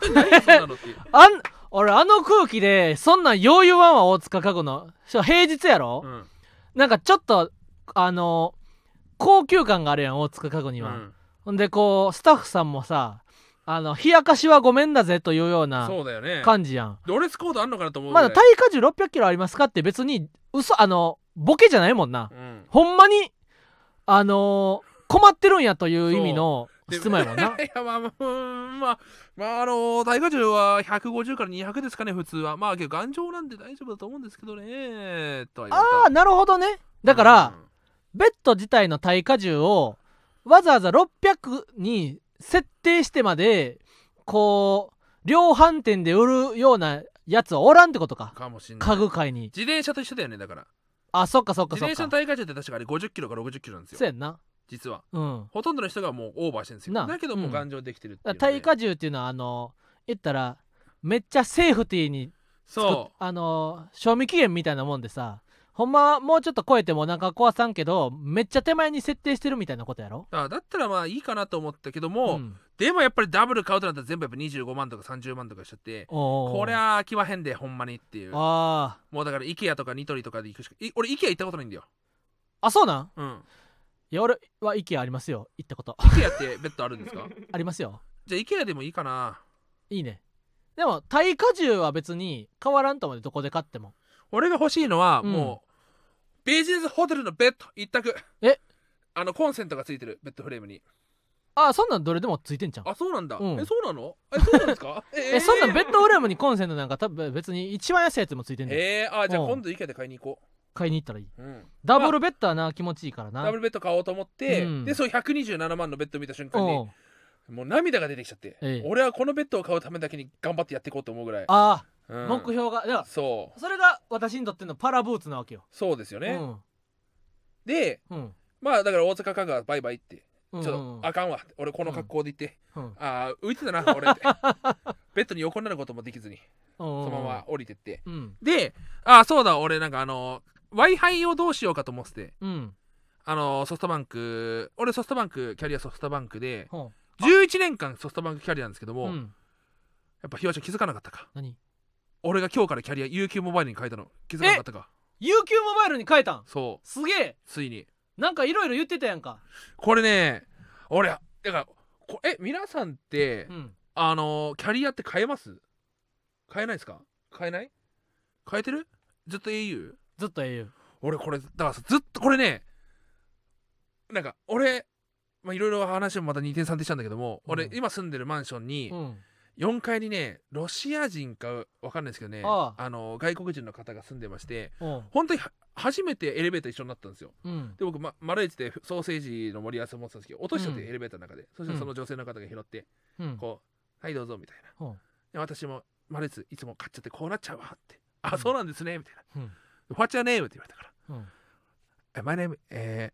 何がそんなのっていうあん俺あの空気でそんなんよう言わんわ大塚家具のしかも平日やろ、 うん、 なんかちょっとあの高級感があるやん大塚家具には、 うん、 ほんでこうスタッフさんもさあの冷やかしはごめんだぜというようなそうだよね。 感じやん。 ドレスコードあんのかなと思うぐまらい。 だ耐荷重ろっぴゃくキロありますかって別に嘘あのボケじゃないもんな、 うん、 ほんまにあのー困ってるんやという意味ので質問やもんないやまあまあうーんまあまああの耐荷重はひゃくごじゅうからにひゃくですかね普通は。まあけど頑丈なんで大丈夫だと思うんですけどねとは言われた。 ああなるほどね。だから、 うんベッド自体の耐荷重をわざわざろっぴゃくに設定してまでこう量販店で売るようなやつはおらんってことか。 かもしんない。 家具界に。 自転車と一緒だよね。だからあそっかそっか自そっか。 転車の耐荷重って確かあれごじゅっキロかろくじゅっキロなんですよそうやんな。 実は。 うん。 ほとんどの人がもうオーバーしてるんですよ。 なだけどもうんう頑丈できてるっていうので、 耐荷重っていうのはあの言ったらめっちゃセーフティーに作っそあの賞味期限みたいなもんでさ、ほんまはもうちょっと超えてもお腹壊さんけどめっちゃ手前に設定してるみたいなことやろ。 うだだったらまあいいかなと思ったけども、 ん、 でもやっぱりダブル買うとなったら全部やっぱにじゅうごまんとかさんじゅうまんとかしちゃって、 おこりゃ飽きまへんでほんまにっていう。 あもうだから IKEA とかニトリとかで行くしかい俺 IKEA 行ったことないんだよ。 あそうなん。 うんいや俺は IKEA ありますよ行ったこと IKEA ってベッドあるんですか？ ありますよ。 じゃあ IKEA でもいいかな。 いいね。でも耐荷重は別に変わらんと思うでどこで買っても。 俺が欲しいのはうんもう、ビジネスホテルのベッド一択。 えあのコンセントがついてるベッドフレームに。 あそんなんどれでもついてんじゃん。 あそうなんだ、 うんえそうなのえそうなんですかええそんなんベッドフレームにコンセントなんか多分別に一番安いやつもついてんねん。 えー、あじゃあうん今度 IKEA で買いに行こ買いに行ったらいい。 う、うん、 ダブルベッドはな気持ちいいからな。 ダブルベッド買おうと思って、 うんでそうひゃくにじゅうななまんのベッド見た瞬間におうもう涙が出てきちゃって、 ええ俺はこのベッドを買うためだけに頑張ってやっていこうと思うぐらい、 ああ、 うん目標がだからそうそれが私にとってのパラブーツなわけよ。 そうですよね、 うんでうんまあだから大塚家具はバイバイってうんちょっと、あかんわ俺この格好で行って、 うんうんああ浮いてたな俺ってベッドに横になることもできずにそそのまま降りてって、 うんでああそうだ俺なんかあの Wi-Fi をどうしようかと思ってて、 うんあのソフトバンク俺ソフトバンクキャリアソフトバンクでほじゅういちねんかんソフトバンクキャリアなんですけども、 ううんやっぱひわちゃん気づかなかったか？ 何俺が今日からキャリア ユーキュー モバイルに変えたの気づかなかったか？ ユーキュー モバイルに変えたんそうすげえ。 ついになんかいろいろ言ってたやんか。 これね俺だからこえ皆さんって、 うんあのキャリアって変えます？変えないですか？変えない？変えてる？ずっと エーユー？ ずっと エーユー。 俺これだからさずっとこれねなんか俺まあいろいろ話もまたにてんさんてんしたんだけども、 うん俺今住んでるマンションにうんよんかいにねロシア人かわかんないですけどねああの外国人の方が住んでましてうん本当には初めてエレベーター一緒になったんですよ。 うんで僕、ま、マルエチでソーセージの盛り合わせを持ってたんですけど落としちゃって、 うんエレベーターの中でそしてその女性の方が拾って、 うんこうはいどうぞみたいなほうで私もマルエチいつも買っちゃってこうなっちゃうわってあ、 うんそうなんですねみたいなうん What's your name? って言われたからうんえ My name え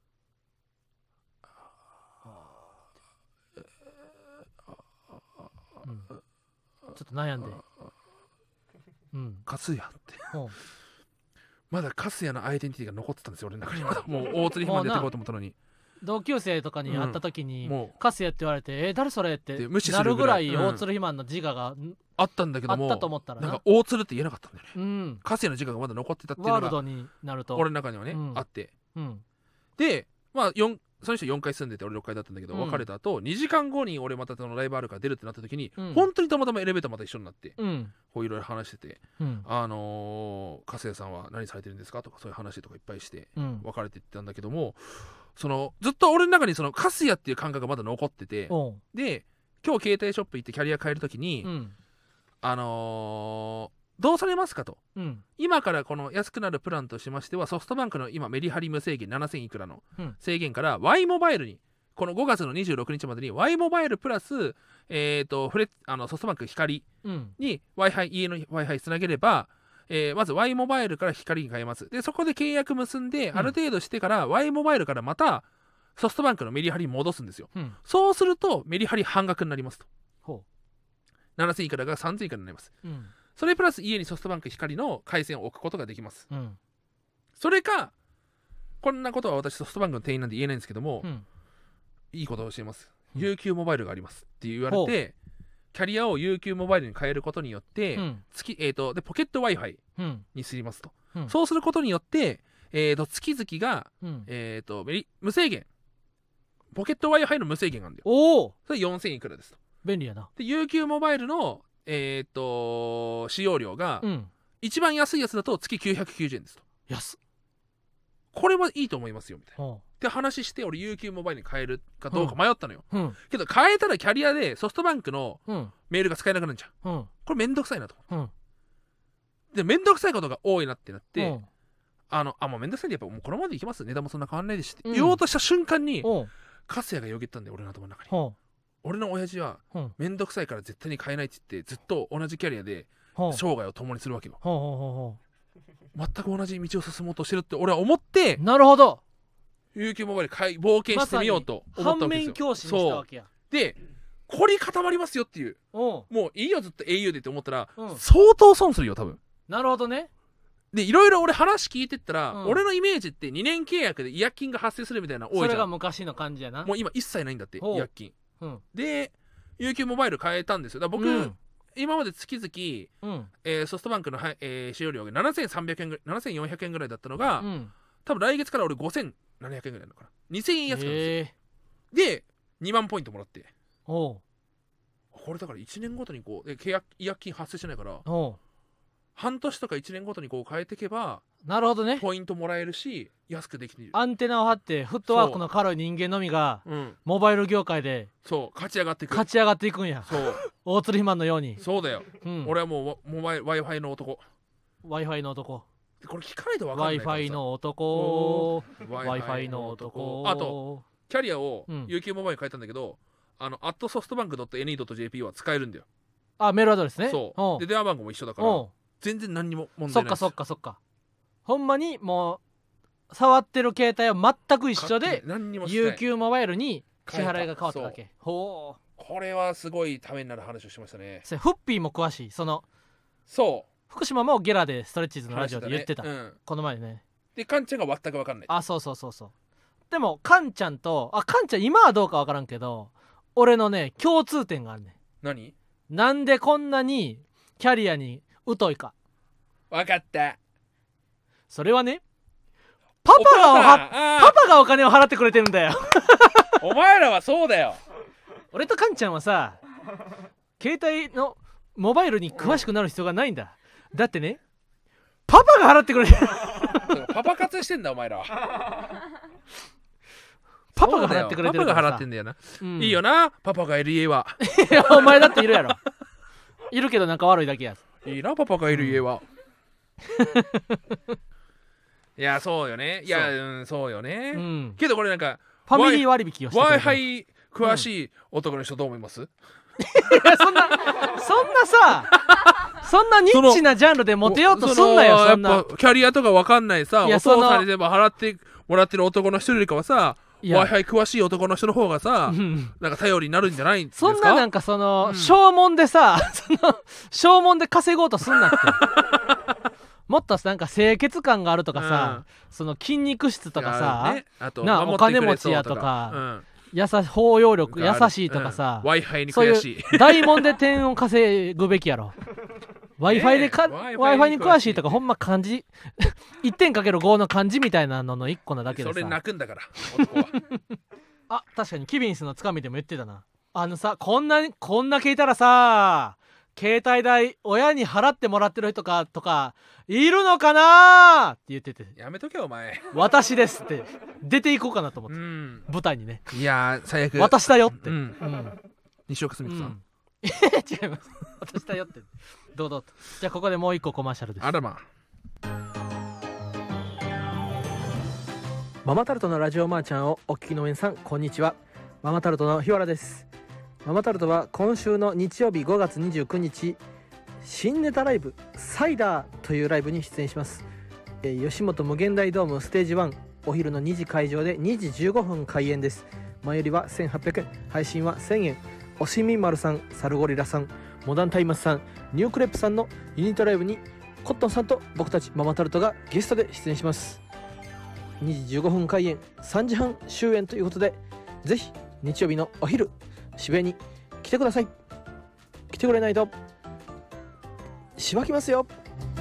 うんちょっと悩んでうんー、カスヤってほうまだカスヤのアイデンティティが残ってたんですよ俺の中にまだもう大釣り暇でやっていこうと思ったのに同級生とかに会った時に、 もうカスヤって言われてえー誰それってで無視するなるぐらいぐらい大鶴肥満の自我が、んあったんだけどもあったと思ったらななんか大鶴って言えなかったんだよねうんカスヤの時間がまだ残ってたっていうのがワールドになると俺の中にはね、 うんあってうんでまあよんその人よんかい住んでて俺ろっかいだったんだけど、 うん別れた後にじかんごに俺またそのライブあるから出るってなった時に、 うん本当にたまたまエレベーターまた一緒になってうんこういろいろ話しててうんあのー、加瀬さんは何されてるんですかとかそういう話とかいっぱいしてうん別れていったんだけどもそのずっと俺の中にそのカスヤっていう感覚がまだ残ってておうで今日携帯ショップ行ってキャリア変える時に、 うんあのーどうされますかとうん今からこの安くなるプランとしましてはソフトバンクの今メリハリ無制限ななせんいくらのうん制限から Y モバイルにこのごがつのにじゅうろくにちまでに Y モバイルプラス、えー、とフレあのソフトバンク光うんに Wi-Fi 家の Wi-Fi つなげれば、えーまず Y モバイルから光に変えますでそこで契約結んで、 うんある程度してから Y モバイルからまたソフトバンクのメリハリに戻すんですようんそうするとメリハリ半額になりますとほななせんいくらがさんぜんいくらになりますううんそれプラス家にソフトバンク光の回線を置くことができますうんそれかこんなことは私ソフトバンクの店員なんで言えないんですけども、 うんいいことを教えます、 うんユーキュー モバイルがありますって言われてキャリアを ユーキュー モバイルに変えることによって、 うん、 月えー、とでポケット Wi-Fi うんにすりますと、 うん、 そうすることによって、えー、と月々が、 うん、 えー、と無制限ポケット Wi-Fi の無制限なんだよ。 おおそれよんせんいくらですと。 便利やな。 で ユーキュー モバイルの、えー、と使用料が、 うん、 一番安いやつだと月きゅうひゃくきゅうじゅうえんですと。 安っ。 これはいいと思いますよみたいな。 おうって話して俺 ユーキュー モバイルに変えるかどうか迷ったのよ、 うん、 けど変えたらキャリアでソフトバンクのうんメールが使えなくなるじゃん。 うんこれめんどくさいなと思うんって。でめんどくさいことが多いなってなって、 うんあのあもうめんどくさいんでやっぱもうこのままでいきます、値段もそんな変わんないですってうん言おうとした瞬間に、 おうカスヤがよぎったんだよ俺の頭の中に。 ほ俺の親父はうほうめんどくさいから絶対に変えないって言ってずっと同じキャリアでほう生涯を共にするわけよ。 ほうほうほうほ全く同じ道を進もうとしてるって俺は思ってうなるほど。 ユーキュー モバイル買い冒険してみようと思った反わけですよ。 面教師にしたわけや。 で凝り固まりますよっていう、 おう、 もういいよずっと エーユー でって思ったら、 うん、 相当損するよ多分。 なるほどね。 でいろいろ俺話聞いてったら、 うん俺のイメージってにねん契約で違約金が発生するみたいな多いじゃん。 それが昔の感じやな。 もう今一切ないんだってほう違約金うんで ユーキュー モバイル変えたんですよ。だから僕、 うん今まで月々、 うんえーソフトバンクの、はいえー使用料がななせんさんびゃくえんぐらいななせんよんひゃくえんぐらいだったのが、 うん多分来月から俺ごせんななひゃくえんぐらいなのかな、にせんえん安くなるんですよ。 へえ。 でにまんポイントもらって、 おうこれだからいちねんごとにこうで契約違約金発生しないからおう半年とかいちねんごとにこう変えていけばなるほどね。 ポイントもらえるし安くできている。 アンテナを張ってフットワークの軽い人間のみがうんモバイル業界でそう勝ち上がっていく。 勝ち上がっていくんや。 そう大鶴ひまんのように。 そうだよ、 うん俺はもうモバイル Wi-Fi の男。 Wi-Fi の男。 これ聞かないと分かんないからさ Wi-Fi の男。 Wi-Fi Wi-Fi の男。 あとキャリアをうんユーキュー モバイルに変えたんだけど、あの アットソフトバンク ドットエヌイー ドット ジェーピー は使えるんだよ。 あ、メールアドレスね。 そうで電話番号も一緒だからおう全然何にも問題ないです。 そっかそっかそっか。ほんまにもう触ってる携帯は全く一緒で何にもしてないユーキュー モバイルに支払いが変わっただけ。ほう。 これはすごいためになる話をしましたね。 それフッピーも詳しい。そのそ福島もゲラでストレッチーズうのラジオで言ってた、 話してねうん、 この前ね。 でカンちゃんが全く分かんない。 あ、そうそうそうそう。でもカンちゃんとあカンちゃん今はどうか分からんけど俺のね共通点があるね。 何なんでこんなにキャリアに疎いか。 分かった。 それはねパパがおはパパがお金を払ってくれてるんだよお前らはそうだよ。 俺とカンちゃんはさ携帯のモバイルに詳しくなる必要がないんだ。だってねパパが払ってくれてるパパ活してんだお前らは。 パパが払ってくれてるからさパパが払ってんだよな、 うん、 いいよなパパがいる家は。 いやお前だっているやろいるけど仲悪いだけや。 いいなパパがいる家は、いやそうよね。いやそう、うん、そうよね、 うん、 けどこれなんかファミリー割引をしてくれる Wi-Fi 詳しい男の人どう思います、 いやそんなそんなさそんなニッチなジャンルでモテようとすんなよ。そんなやっぱキャリアとか分かんないさ、おいや父さんに全部払ってもらってる男の人よりかはさ Wi-Fi 詳しい男の人の方がさ、 うん、 なんか頼りになるんじゃないんですか。 そんななんかその、 うん、 証文でさその証文で稼ごうとすんなってもっとなんか清潔感があるとかさ、うん、その筋肉質とかさ、 ね、あとなお金持ちやとか、うん、やさ包容力優しいとかさ、 うん、Wi-Fi に詳しいそういう大門で点を稼ぐべきやろWi-Fi でか、 ね、 Wi-Fi に詳しいとかほんま漢字いってんかけるごの漢字みたいなののいっこなだけでさ。 それ泣くんだから男はあ、確かにキビンスのつかみでも言ってたな。あのさ、こんなにこんだけいたらさ携帯代親に払ってもらってる人かとかいるのかなって言ってて、 やめとけお前私ですって出ていこうかなと思って、うん、舞台にね。 いやー最悪私だよって、うんうん、西岡澄子さん、うん、 違います私だよって堂々と。じゃあここでもう一個コマーシャルです。 あらまママタルトのラジオマーちゃんをお聞きの皆さんこんにちは。ママタルトの日原です。ママタルトは今週の日曜日ごがつにじゅうくにち新ネタライブサイダーというライブに出演します。えー、吉本無限大ドームステージワンお昼のにじ会場でにじじゅうごふん開演です。前よりはせんはっぴゃくえん、配信はせんえん。おしみまるさん、サルゴリラさん、モダンタイマスさん、ニュークレップさんのユニットライブにコットンさんと僕たちママタルトがゲストで出演します。にじじゅうごふん開演、さんじはん終演ということでぜひ日曜日のお昼渋谷に来てください。 てくれないとしばきますよ。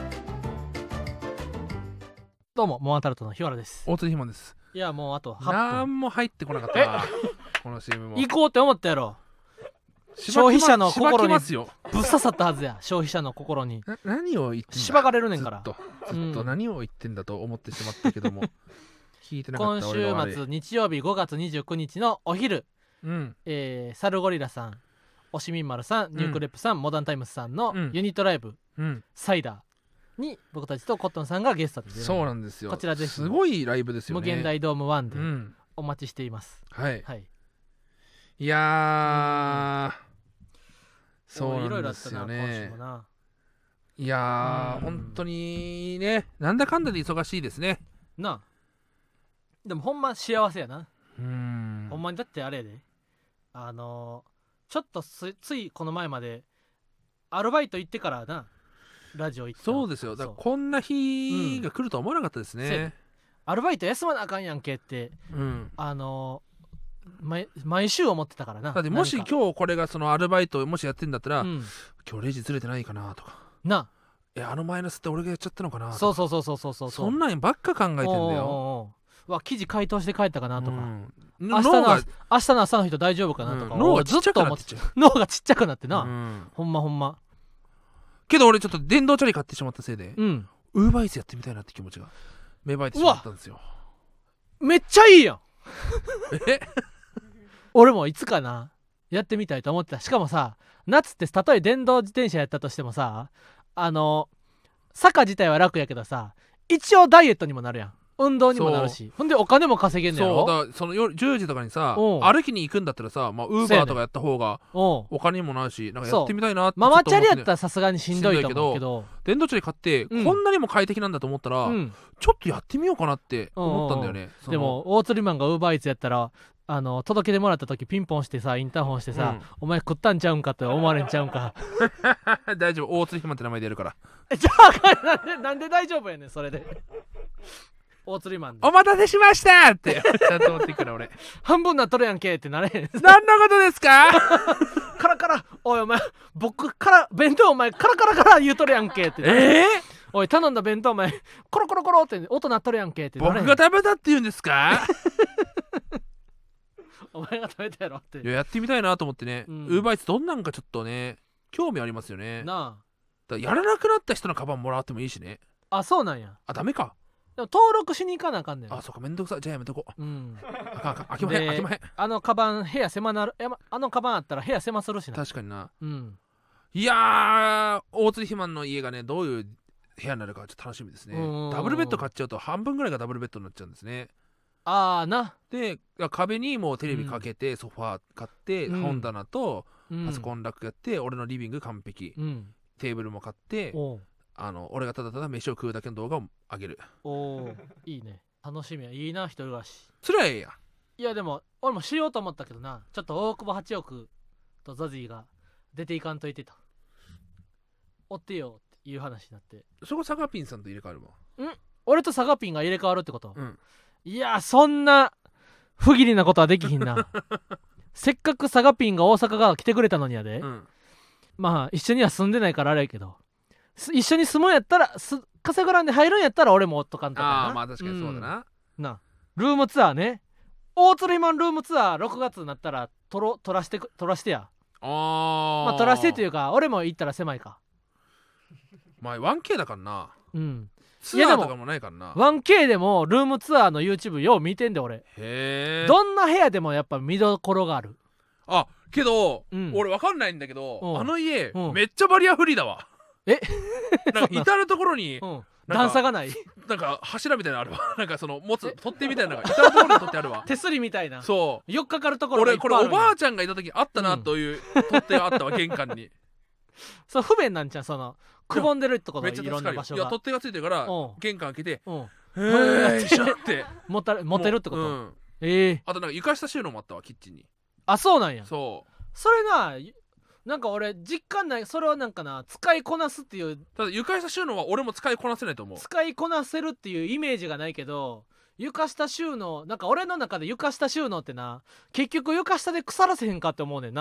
どうもモアタルトの日原です。 大津ひまです。 いやもうあとはっぷんなんも入ってこなかったなこの シーエム も行こうって思ったやろ。消費者の心にぶっしばき刺さったはずや。消費者の心にな何を言ってんだ、 しばかれるねんからずっとずっと何を言ってんだと思ってしまったけども、うん、聞いてなかっ今た俺が悪い。 週末日曜日ごがつにじゅうくにちのお昼、 うんえー、サルゴリラさん、おしみんまるさん、ニュークレップさん、モダンタイムスさんのうんユニットライブ、 うん、 サイダーに僕たちとコットンさんがゲストで出る。 そうなんですよ。 こちらぜひすごいライブですよね。 無限大ドームワンでうんお待ちしています、 はい、 はい、 いやーそういろなんでいろあったなすよね。 今週もな。 いやーうん本当にね、なんだかんだで忙しいですね。 なあでもほんま幸せやな。 うーんほんまにだってあれやで、あのー、ちょっとつついこの前までアルバイト行ってからなラジオ行ってた。 そうですよ。だからそうこんな日が来るとは思わなかったですそうやねで。アルバイト休まなあかんやんけってうんあのー毎, 毎週思ってたからな。 だってもし何か今日これがそのアルバイトをもしやってんだったら、 うん、 今日レジずれてないかなとか、 なえあのマイナスって俺がやっちゃったのかなとか、 そうそうそうそうそうそうそんなんばっか考えてんだよ。 おうおうおうおうわ記事回答して帰ったかなとか、 うん明日の脳が明日の朝の人大丈夫かなとか、 うん脳がずっちっちゃくと思ってなってっちゃう。 脳がちっちゃくなってな、 うんほんまほんまけど俺ちょっと電動チャリ買ってしまったせいで、 うんウーバーイーツやってみたいなって気持ちが芽生えてしまったんですよ。 めっちゃいいやん。 え俺もいつかなやってみたいと思ってた。しかもさ夏ってたとえ電動自転車やったとしてもさあの坂自体は楽やけどさ一応ダイエットにもなるやん、運動にもなるし、ほんでお金も稼げんねやろ。 そうだからその夜じゅうじとかにさうん歩きに行くんだったらさ、まあ、ウーバーとかやった方がおうお金にもなるし、なんかやってみたいなってママチャリやったららさすがにしんどいと思うけど電動チャリ買ってうんこんなにも快適なんだと思ったら、 うんちょっとやってみようかなって思ったんだよね。そのでも大釣りマンがウーバーイーツやったらあの届けてもらった時ピンポンしてさインターホンしてさ、お前食ったんちゃうんかって思われんちゃうんか大丈夫、大津ひまって名前でやるから。 えじゃあなんでなんで大丈夫やねんそれで大釣りマンでお待たせしましたってちゃんと持っていくから俺半分なっとるやんけってなれへん何のことですかカラカラおいお前僕から弁当お前カラカラカラ言うとるやんけってえおい頼んだ弁当お前コロコロコロって音鳴っとるやんけってー、 なれへん僕が食べたって言うんですかお前が食べたやろっていややってみたいなと思ってね。ウうんーバーイーツどんなんかちょっとね興味ありますよね。だかならやらなくなった人のカバンもらってもいいしね。 ああそうなんや。 あダメか。 でも登録しに行かなあかんねん。 あそうか、めんどくさい。じゃあやめとこう。 うんあかんあかん、開きまへんで開きまへん。 あのカバン部屋狭なるやまあのカバンあったら部屋狭するしな。 確かにな。 うんいやー大津ひまんの家がねどういう部屋になるかちょっと楽しみですねうん。 ダブルベッド買っちゃうと半分ぐらいがダブルベッドになっちゃうんですね。 ああな、 で壁にもうテレビかけて、ソファー買って、 うん本棚とうん、 パソコンラックやって、俺のリビング完璧、 うんテーブルも買って、 おうあの俺がただただ飯を食うだけの動画を上げる。 おういいね、楽しみや。いいな一人暮らし。 それはええやん。 いやでも俺もしようと思ったけどな、ちょっと大久保八億とザジーが出ていかんといてと追ってよっていう話になって、 そこサガピンさんと入れ替わるもん。 俺とサガピンが入れ替わるってこと、 うん、 いやそんな不義理なことはできひんなせっかくサガピンが大阪から来てくれたのにやで、 うん、 まあ一緒には住んでないからあれやけど、一緒に住むんやったらすカサグランで入るんやったら俺もおっとかんとかな。 ああまあ確かにそうだな、 うん、なルームツアーね、大鶴ひまんルームツアーろくがつになったら撮ろ撮らして撮らしてや。 あーまあ撮らしてというか俺も行ったら狭いか。 まあ ワンケー だからな。 うんツアーとかもないからな。 ワンケー でもルームツアーの YouTube よう見てんで俺。 へえ。 どんな部屋でもやっぱ見どころがある。 あけど、 うん俺わかんないんだけど、 うんあの家、 うんめっちゃバリアフリーだわ。 えなんか至る所にうん、 なんか段差がないなんか柱みたいなのあるわ。なんかその持つ取っ手みたいなのが至る所に取ってあるわ。 手すりみたいな。 そうよっかかるところがい俺これおっぱいあるんや。 ばあちゃんがいた時あったなという取っ手があったわ玄関に。 そう不便なんちゃう、そのくぼんでるってことめっちゃいろ助かるよ。いやんな場所が取っ手がついてるからうん玄関開けてうんへーいしょって持たれ持てるってこと、 うんええあとなんか床下収納もあったわキッチンに。 あそうなんや。 そそれな、なんか俺実感ない。それはなんかな、使いこなすっていう、 うただ床下収納は俺も使いこなせないと思う。 使いこなせるっていうイメージがないけど、床下収納なんか俺の中で床下収納ってな、結局床下で腐らせへんかって思うねんな。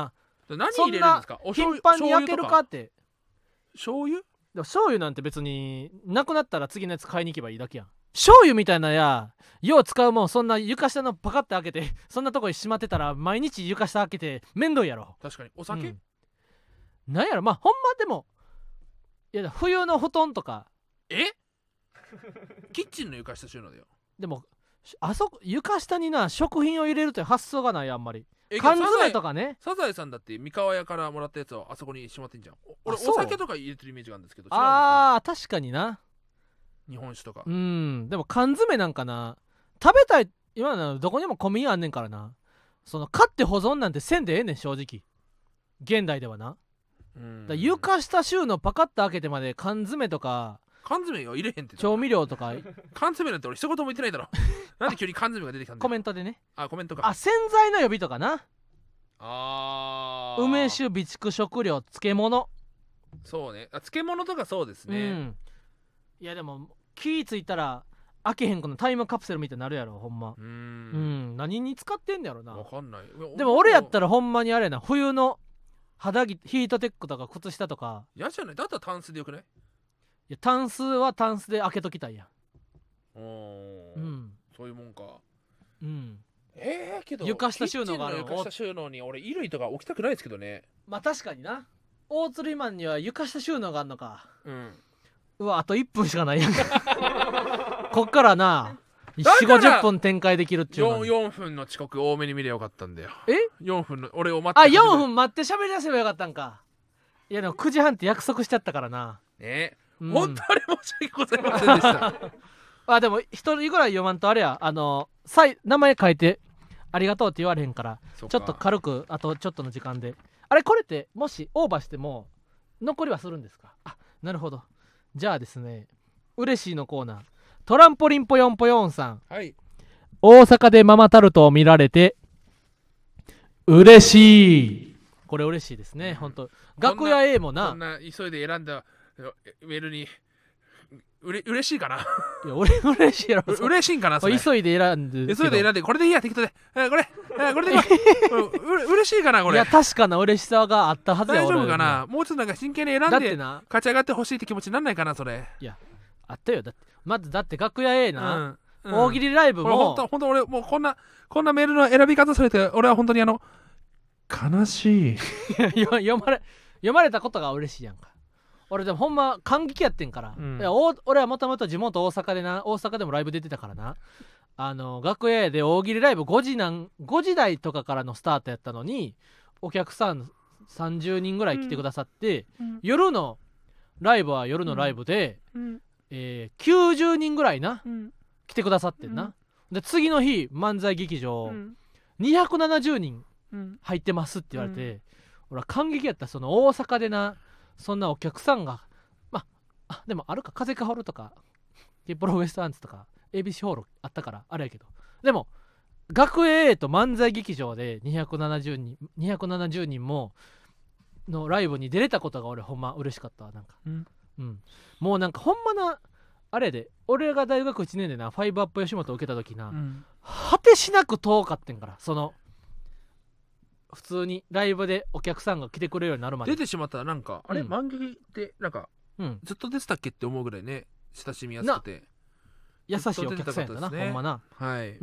何入れるんですか？お醤頻油繁に焼けるかって。 醤油？ でも醤油なんて別になくなったら次のやつ買いに行けばいいだけやん。醤油みたいなやよう使うもん、そんな床下のパカッて開けてそんなとこにしまってたら毎日床下開けて面倒やろ。 確かに。お酒、 うん、なんやろ、まあほんまでもいや冬の布団とか。 えキッチンの床下収納だよ。 でもあそこ床下にな食品を入れるという発想がない。あんまり缶詰とかね。 サザエさんだって三河屋からもらったやつをあそこにしまってんじゃん。俺お酒とか入れてるイメージがあるんですけど。 あー確かにな。 日本酒とか。 うんでも缶詰なんかな、食べたい今のどこにもコンビニあんねんからな。その買って保存なんてせんでええねん正直現代ではな。 うんだ床下収納パカッと開けてまで缶詰とか缶詰は入れへんって調味料とか缶詰なんて俺一言も言ってないだろなんで急に缶詰が出てきたんだよ。 コメントでね。 あコメントか。 あ洗剤の予備とかな。 あー梅酒備蓄食料漬物。 そうね。あ漬物とかそうですね、 うん、いやでも気ぃついたら開けへんこのタイムカプセルみたいになるやろほんま。 うーんうん何に使ってんねやろな。 わかんない。 でも俺やったらほんまにあれやな、冬の肌着ヒートテックとか靴下とか。 嫌じゃない？だったらタンスでよくない？ いやタンスはタンスで開けときたいやん。 おー、 うん、 そういうもんか。 うんえー、けど床下収納があるの。 キッチンの床下収納に俺衣類とか置きたくないですけどね。 まあ確かにな。大釣りマンには床下収納があんのか。 うんうわあといっぷんしかないやんかこっからなよんじゅうごじゅっぷん展開できるっちゅうのに 4, 4分の遅刻多めに見りゃよかったんだよ。 えよんぷんの俺を待ってあよんぷん待って喋り出せばよかったんか。いやでもくじはんって約束しちゃったからな。 ね、 うん、 本当に申し訳ございませんでしたあでも一人ぐらい読まんとあれや、あのさい名前書いてありがとうって言われへんから、ちょっと軽くあとちょっとの時間で。あれこれってもしオーバーしても残りはするんですか？あなるほど。じゃあですね、嬉しいのコーナー、トランポリンポヨンポヨンさん、 はい、 大阪でママタルトを見られて嬉しい。これ嬉しいですね、うん、ほんと楽屋 A もなこんな急いで選んだメールにうれ嬉しいかな。 いや俺嬉しいやろ。 嬉しいんかなそれ。 急いで選んで急いで選んでこれでいいや適当で、えこれえこれでいいやう嬉しいかなこれ。 いや確かな嬉しさがあったはずや。 大丈夫かな。もうちょっとなんか真剣に選んで勝ち上がってほしいって気持ちになんないかなそれ。 いやあったよ。だってまずだって楽屋 A な、 うんうん、 大喜利ライブもほんとほんと俺もうこんなこんなメールの選び方されて俺は本当にあの悲しい読まれ読まれたことが嬉しいやんか。俺でもほんま感激やってんから、うん、いやお俺はもともと地元大阪でな、大阪でもライブ出てたからな。あの楽屋で大喜利ライブごじなんごじ台とかからのスタートやったのにお客さんさんじゅうにんぐらい来てくださって、うん、夜のライブは夜のライブで、うんえー、きゅうじゅうにんぐらいな、うん、来てくださってんな、うん、で次の日漫才劇場、うん、にひゃくななじゅうにん入ってますって言われて、うん、俺は感激やった。その大阪でなそんなお客さんがまあでもあるか、風かほるとかケプロウエストアンツとか エービーシー ホールあったからあれやけど、でも学園 A と漫才劇場でにひゃくななじゅうにんにひゃくななじゅうにんものライブに出れたことが俺ほんま嬉しかったわ。なんか、うんうん、もうなんかほんまなあれで俺が大学いちねんでなファイブアップ吉本受けた時な、うん、果てしなく遠かってんから、その普通にライブでお客さんが来てくれるようになるまで出てしまったらなんか、うん、あれ漫劇ってなんか、うん、ずっと出てたっけって思うぐらいね親しみやすくて優しいお客さんやったな、ね、ほんまな。 はい、 うん、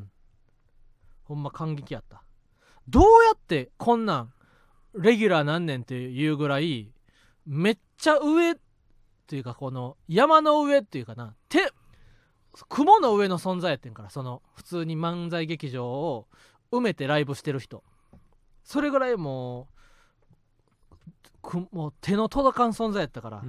ほんま感激やった。どうやってこんなんレギュラーなんねんっていうぐらいめっちゃ上っていうかこの山の上っていうかな、手雲の上の存在やってんから、その普通に漫才劇場を埋めてライブしてる人、それぐらいもうもう手の届かん存在やったから、うん、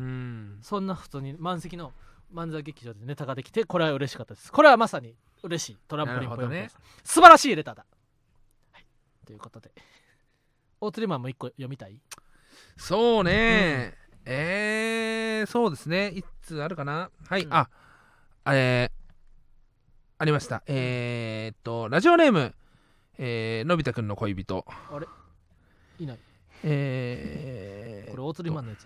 そんな普通に満席の漫才劇場でネタができてこれは嬉しかったです。これはまさに嬉しいトランポリンポヨンです、ね、素晴らしいレターだ、はい、ということで大釣りマンも一個読みたい。 そうね、うん、えー、そうですね、いつあるかな。はい、うん、あえー、ありました。えー、っとラジオネーム、えー、のび太くんの恋人。 あれいない。 えー、 これ大釣りマンのやつ。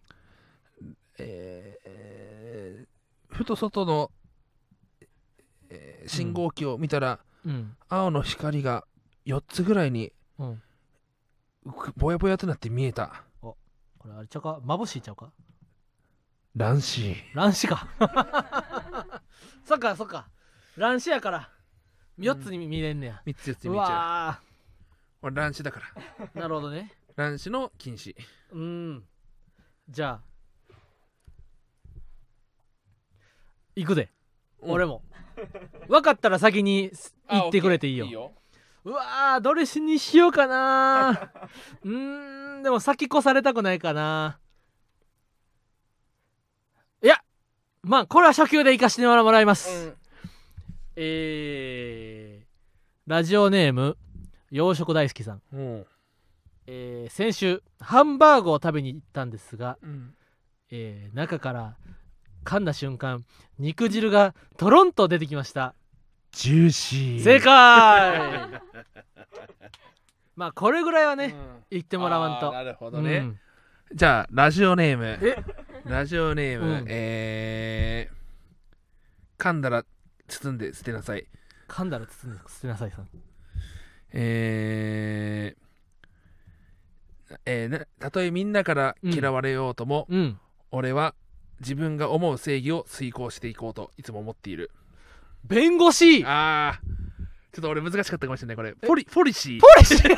えー、ふと外の、えー、信号機を見たら、うん、青の光がよっつぐらいに、うん、 ぼやぼやとなって見えたこれあれちゃうか、眩しいちゃうか、 卵子。 卵子かそっかそっか、卵子やからよっつに見れんねや、 みっつよっつう見えちゃう。 わ俺卵子だからーなるほどね。 卵子の禁止。 うーん、じゃあ行くで、 うん俺も分かったら先にあ言ってくれていいよ。 オッケーいいよ。 うわー、どれしにしようかなうーん、でも先越されたくないかな。いや、まあこれは初級で行かしてもらいます、 うんえー、ラジオネーム洋食大好きさん、 うんえー、先週ハンバーグを食べに行ったんですが、 うんえー、中から噛んだ瞬間肉汁がトロンと出てきました。 ジューシー。 正解まあこれぐらいはね、 うん言ってもらわんと。 あーなるほどね、 うんじゃあラジオネームえラジオネーム、 うんえー、噛んだら包んで捨てなさい。 噛んだら包んで捨てなさいさん、 えーえーなたとえみんなから嫌われようとも、 うん、 俺は自分が思う正義を遂行していこうといつも思っている。 弁護士あーちょっと俺難しかったかもしれないこれ。ポリポリシーポリシー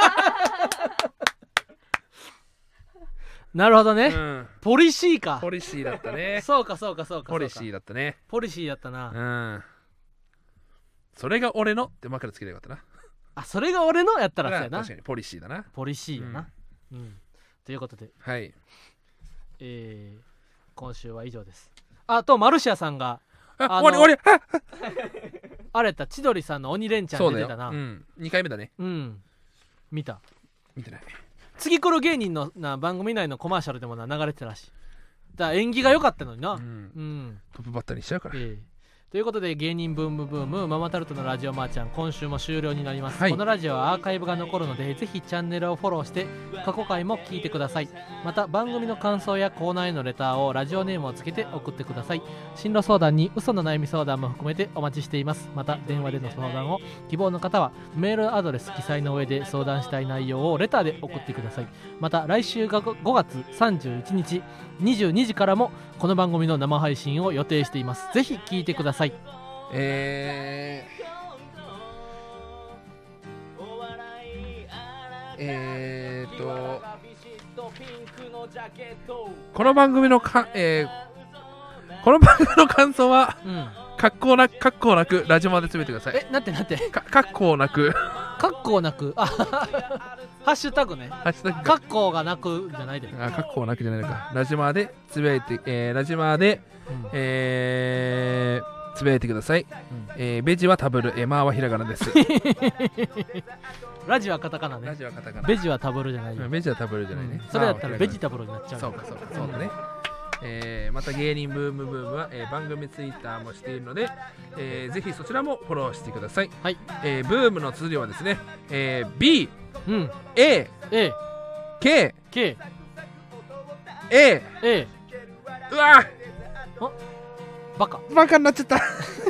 なるほどね、 うん、 ポリシーかポリシーだったねそうかそうかそうかポリシそうかーだったね。 ポリシーだったな、 うんそれが俺のって枕つけてよかったな。 あ、それが俺のやったらそうやな、 確かにポリシーだな。 ポリシーやな、うんということで、 はいえー、今週は以上です。あとマルシアさんがああの終わり終わりああれやった千鳥さんの鬼レンチャそうだよン出てたな、 うん、にかいめだね。 うん見た。 見てない。 次来る芸人のな番組内のコマーシャルでもな流れてたらしい。だから演技が良かったのにな、 ううんんトップバッターにしちゃうから。 ええということで芸人ブームブームママタルトのラジオマーちゃん今週も終了になります、 はいこのラジオはアーカイブが残るのでぜひチャンネルをフォローして過去回も聞いてください。また番組の感想やコーナーへのレターをラジオネームをつけて送ってください。進路相談に嘘の悩み相談も含めてお待ちしています。また電話での相談を希望の方はメールアドレス記載の上で相談したい内容をレターで送ってください。また来週がごがつさんじゅういちにちにじゅうにじからもこの番組の生配信を予定しています。ぜひ聞いてください。 えー、えーとこの番組のか、えー、この番組の感想はうん格好なく格好なくラジオまで詰めてください。 え、なんてなんてか格好なくカッコなくあハッシュタグねハッシュタグカッコがなくじゃないで、 あ格好なくじゃないのか。ラジマでつぶやいて、えー、ラジマで、 うんえーつぶやいてください、 うんえー、ベジはタブル、えー、マーはひらがなですラジはカタカナねラジはカタカナ、 ベジはタブルじゃないよ、 うんベジはタブルじゃないね、 うんそれやったらベジタタブルになっちゃうそうかそうかそうだね、えーまた芸人ブームブームは、えー番組ツイッターもしているので、えーぜひそちらもフォローしてください。 はい、 えーブームの綴りはですね、えー B、 うん A、 A K、 K A、 A うわバカバカになっちゃった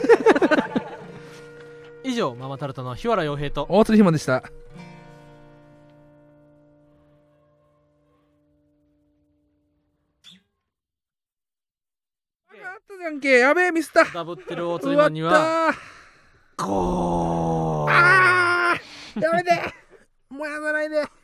以上ママタルトの日原洋平と大鶴ひまでした。あったじゃんけ、やべえミスった。 ダブってる大釣りマンにはうわったゴーーあーやめてもうやらないで。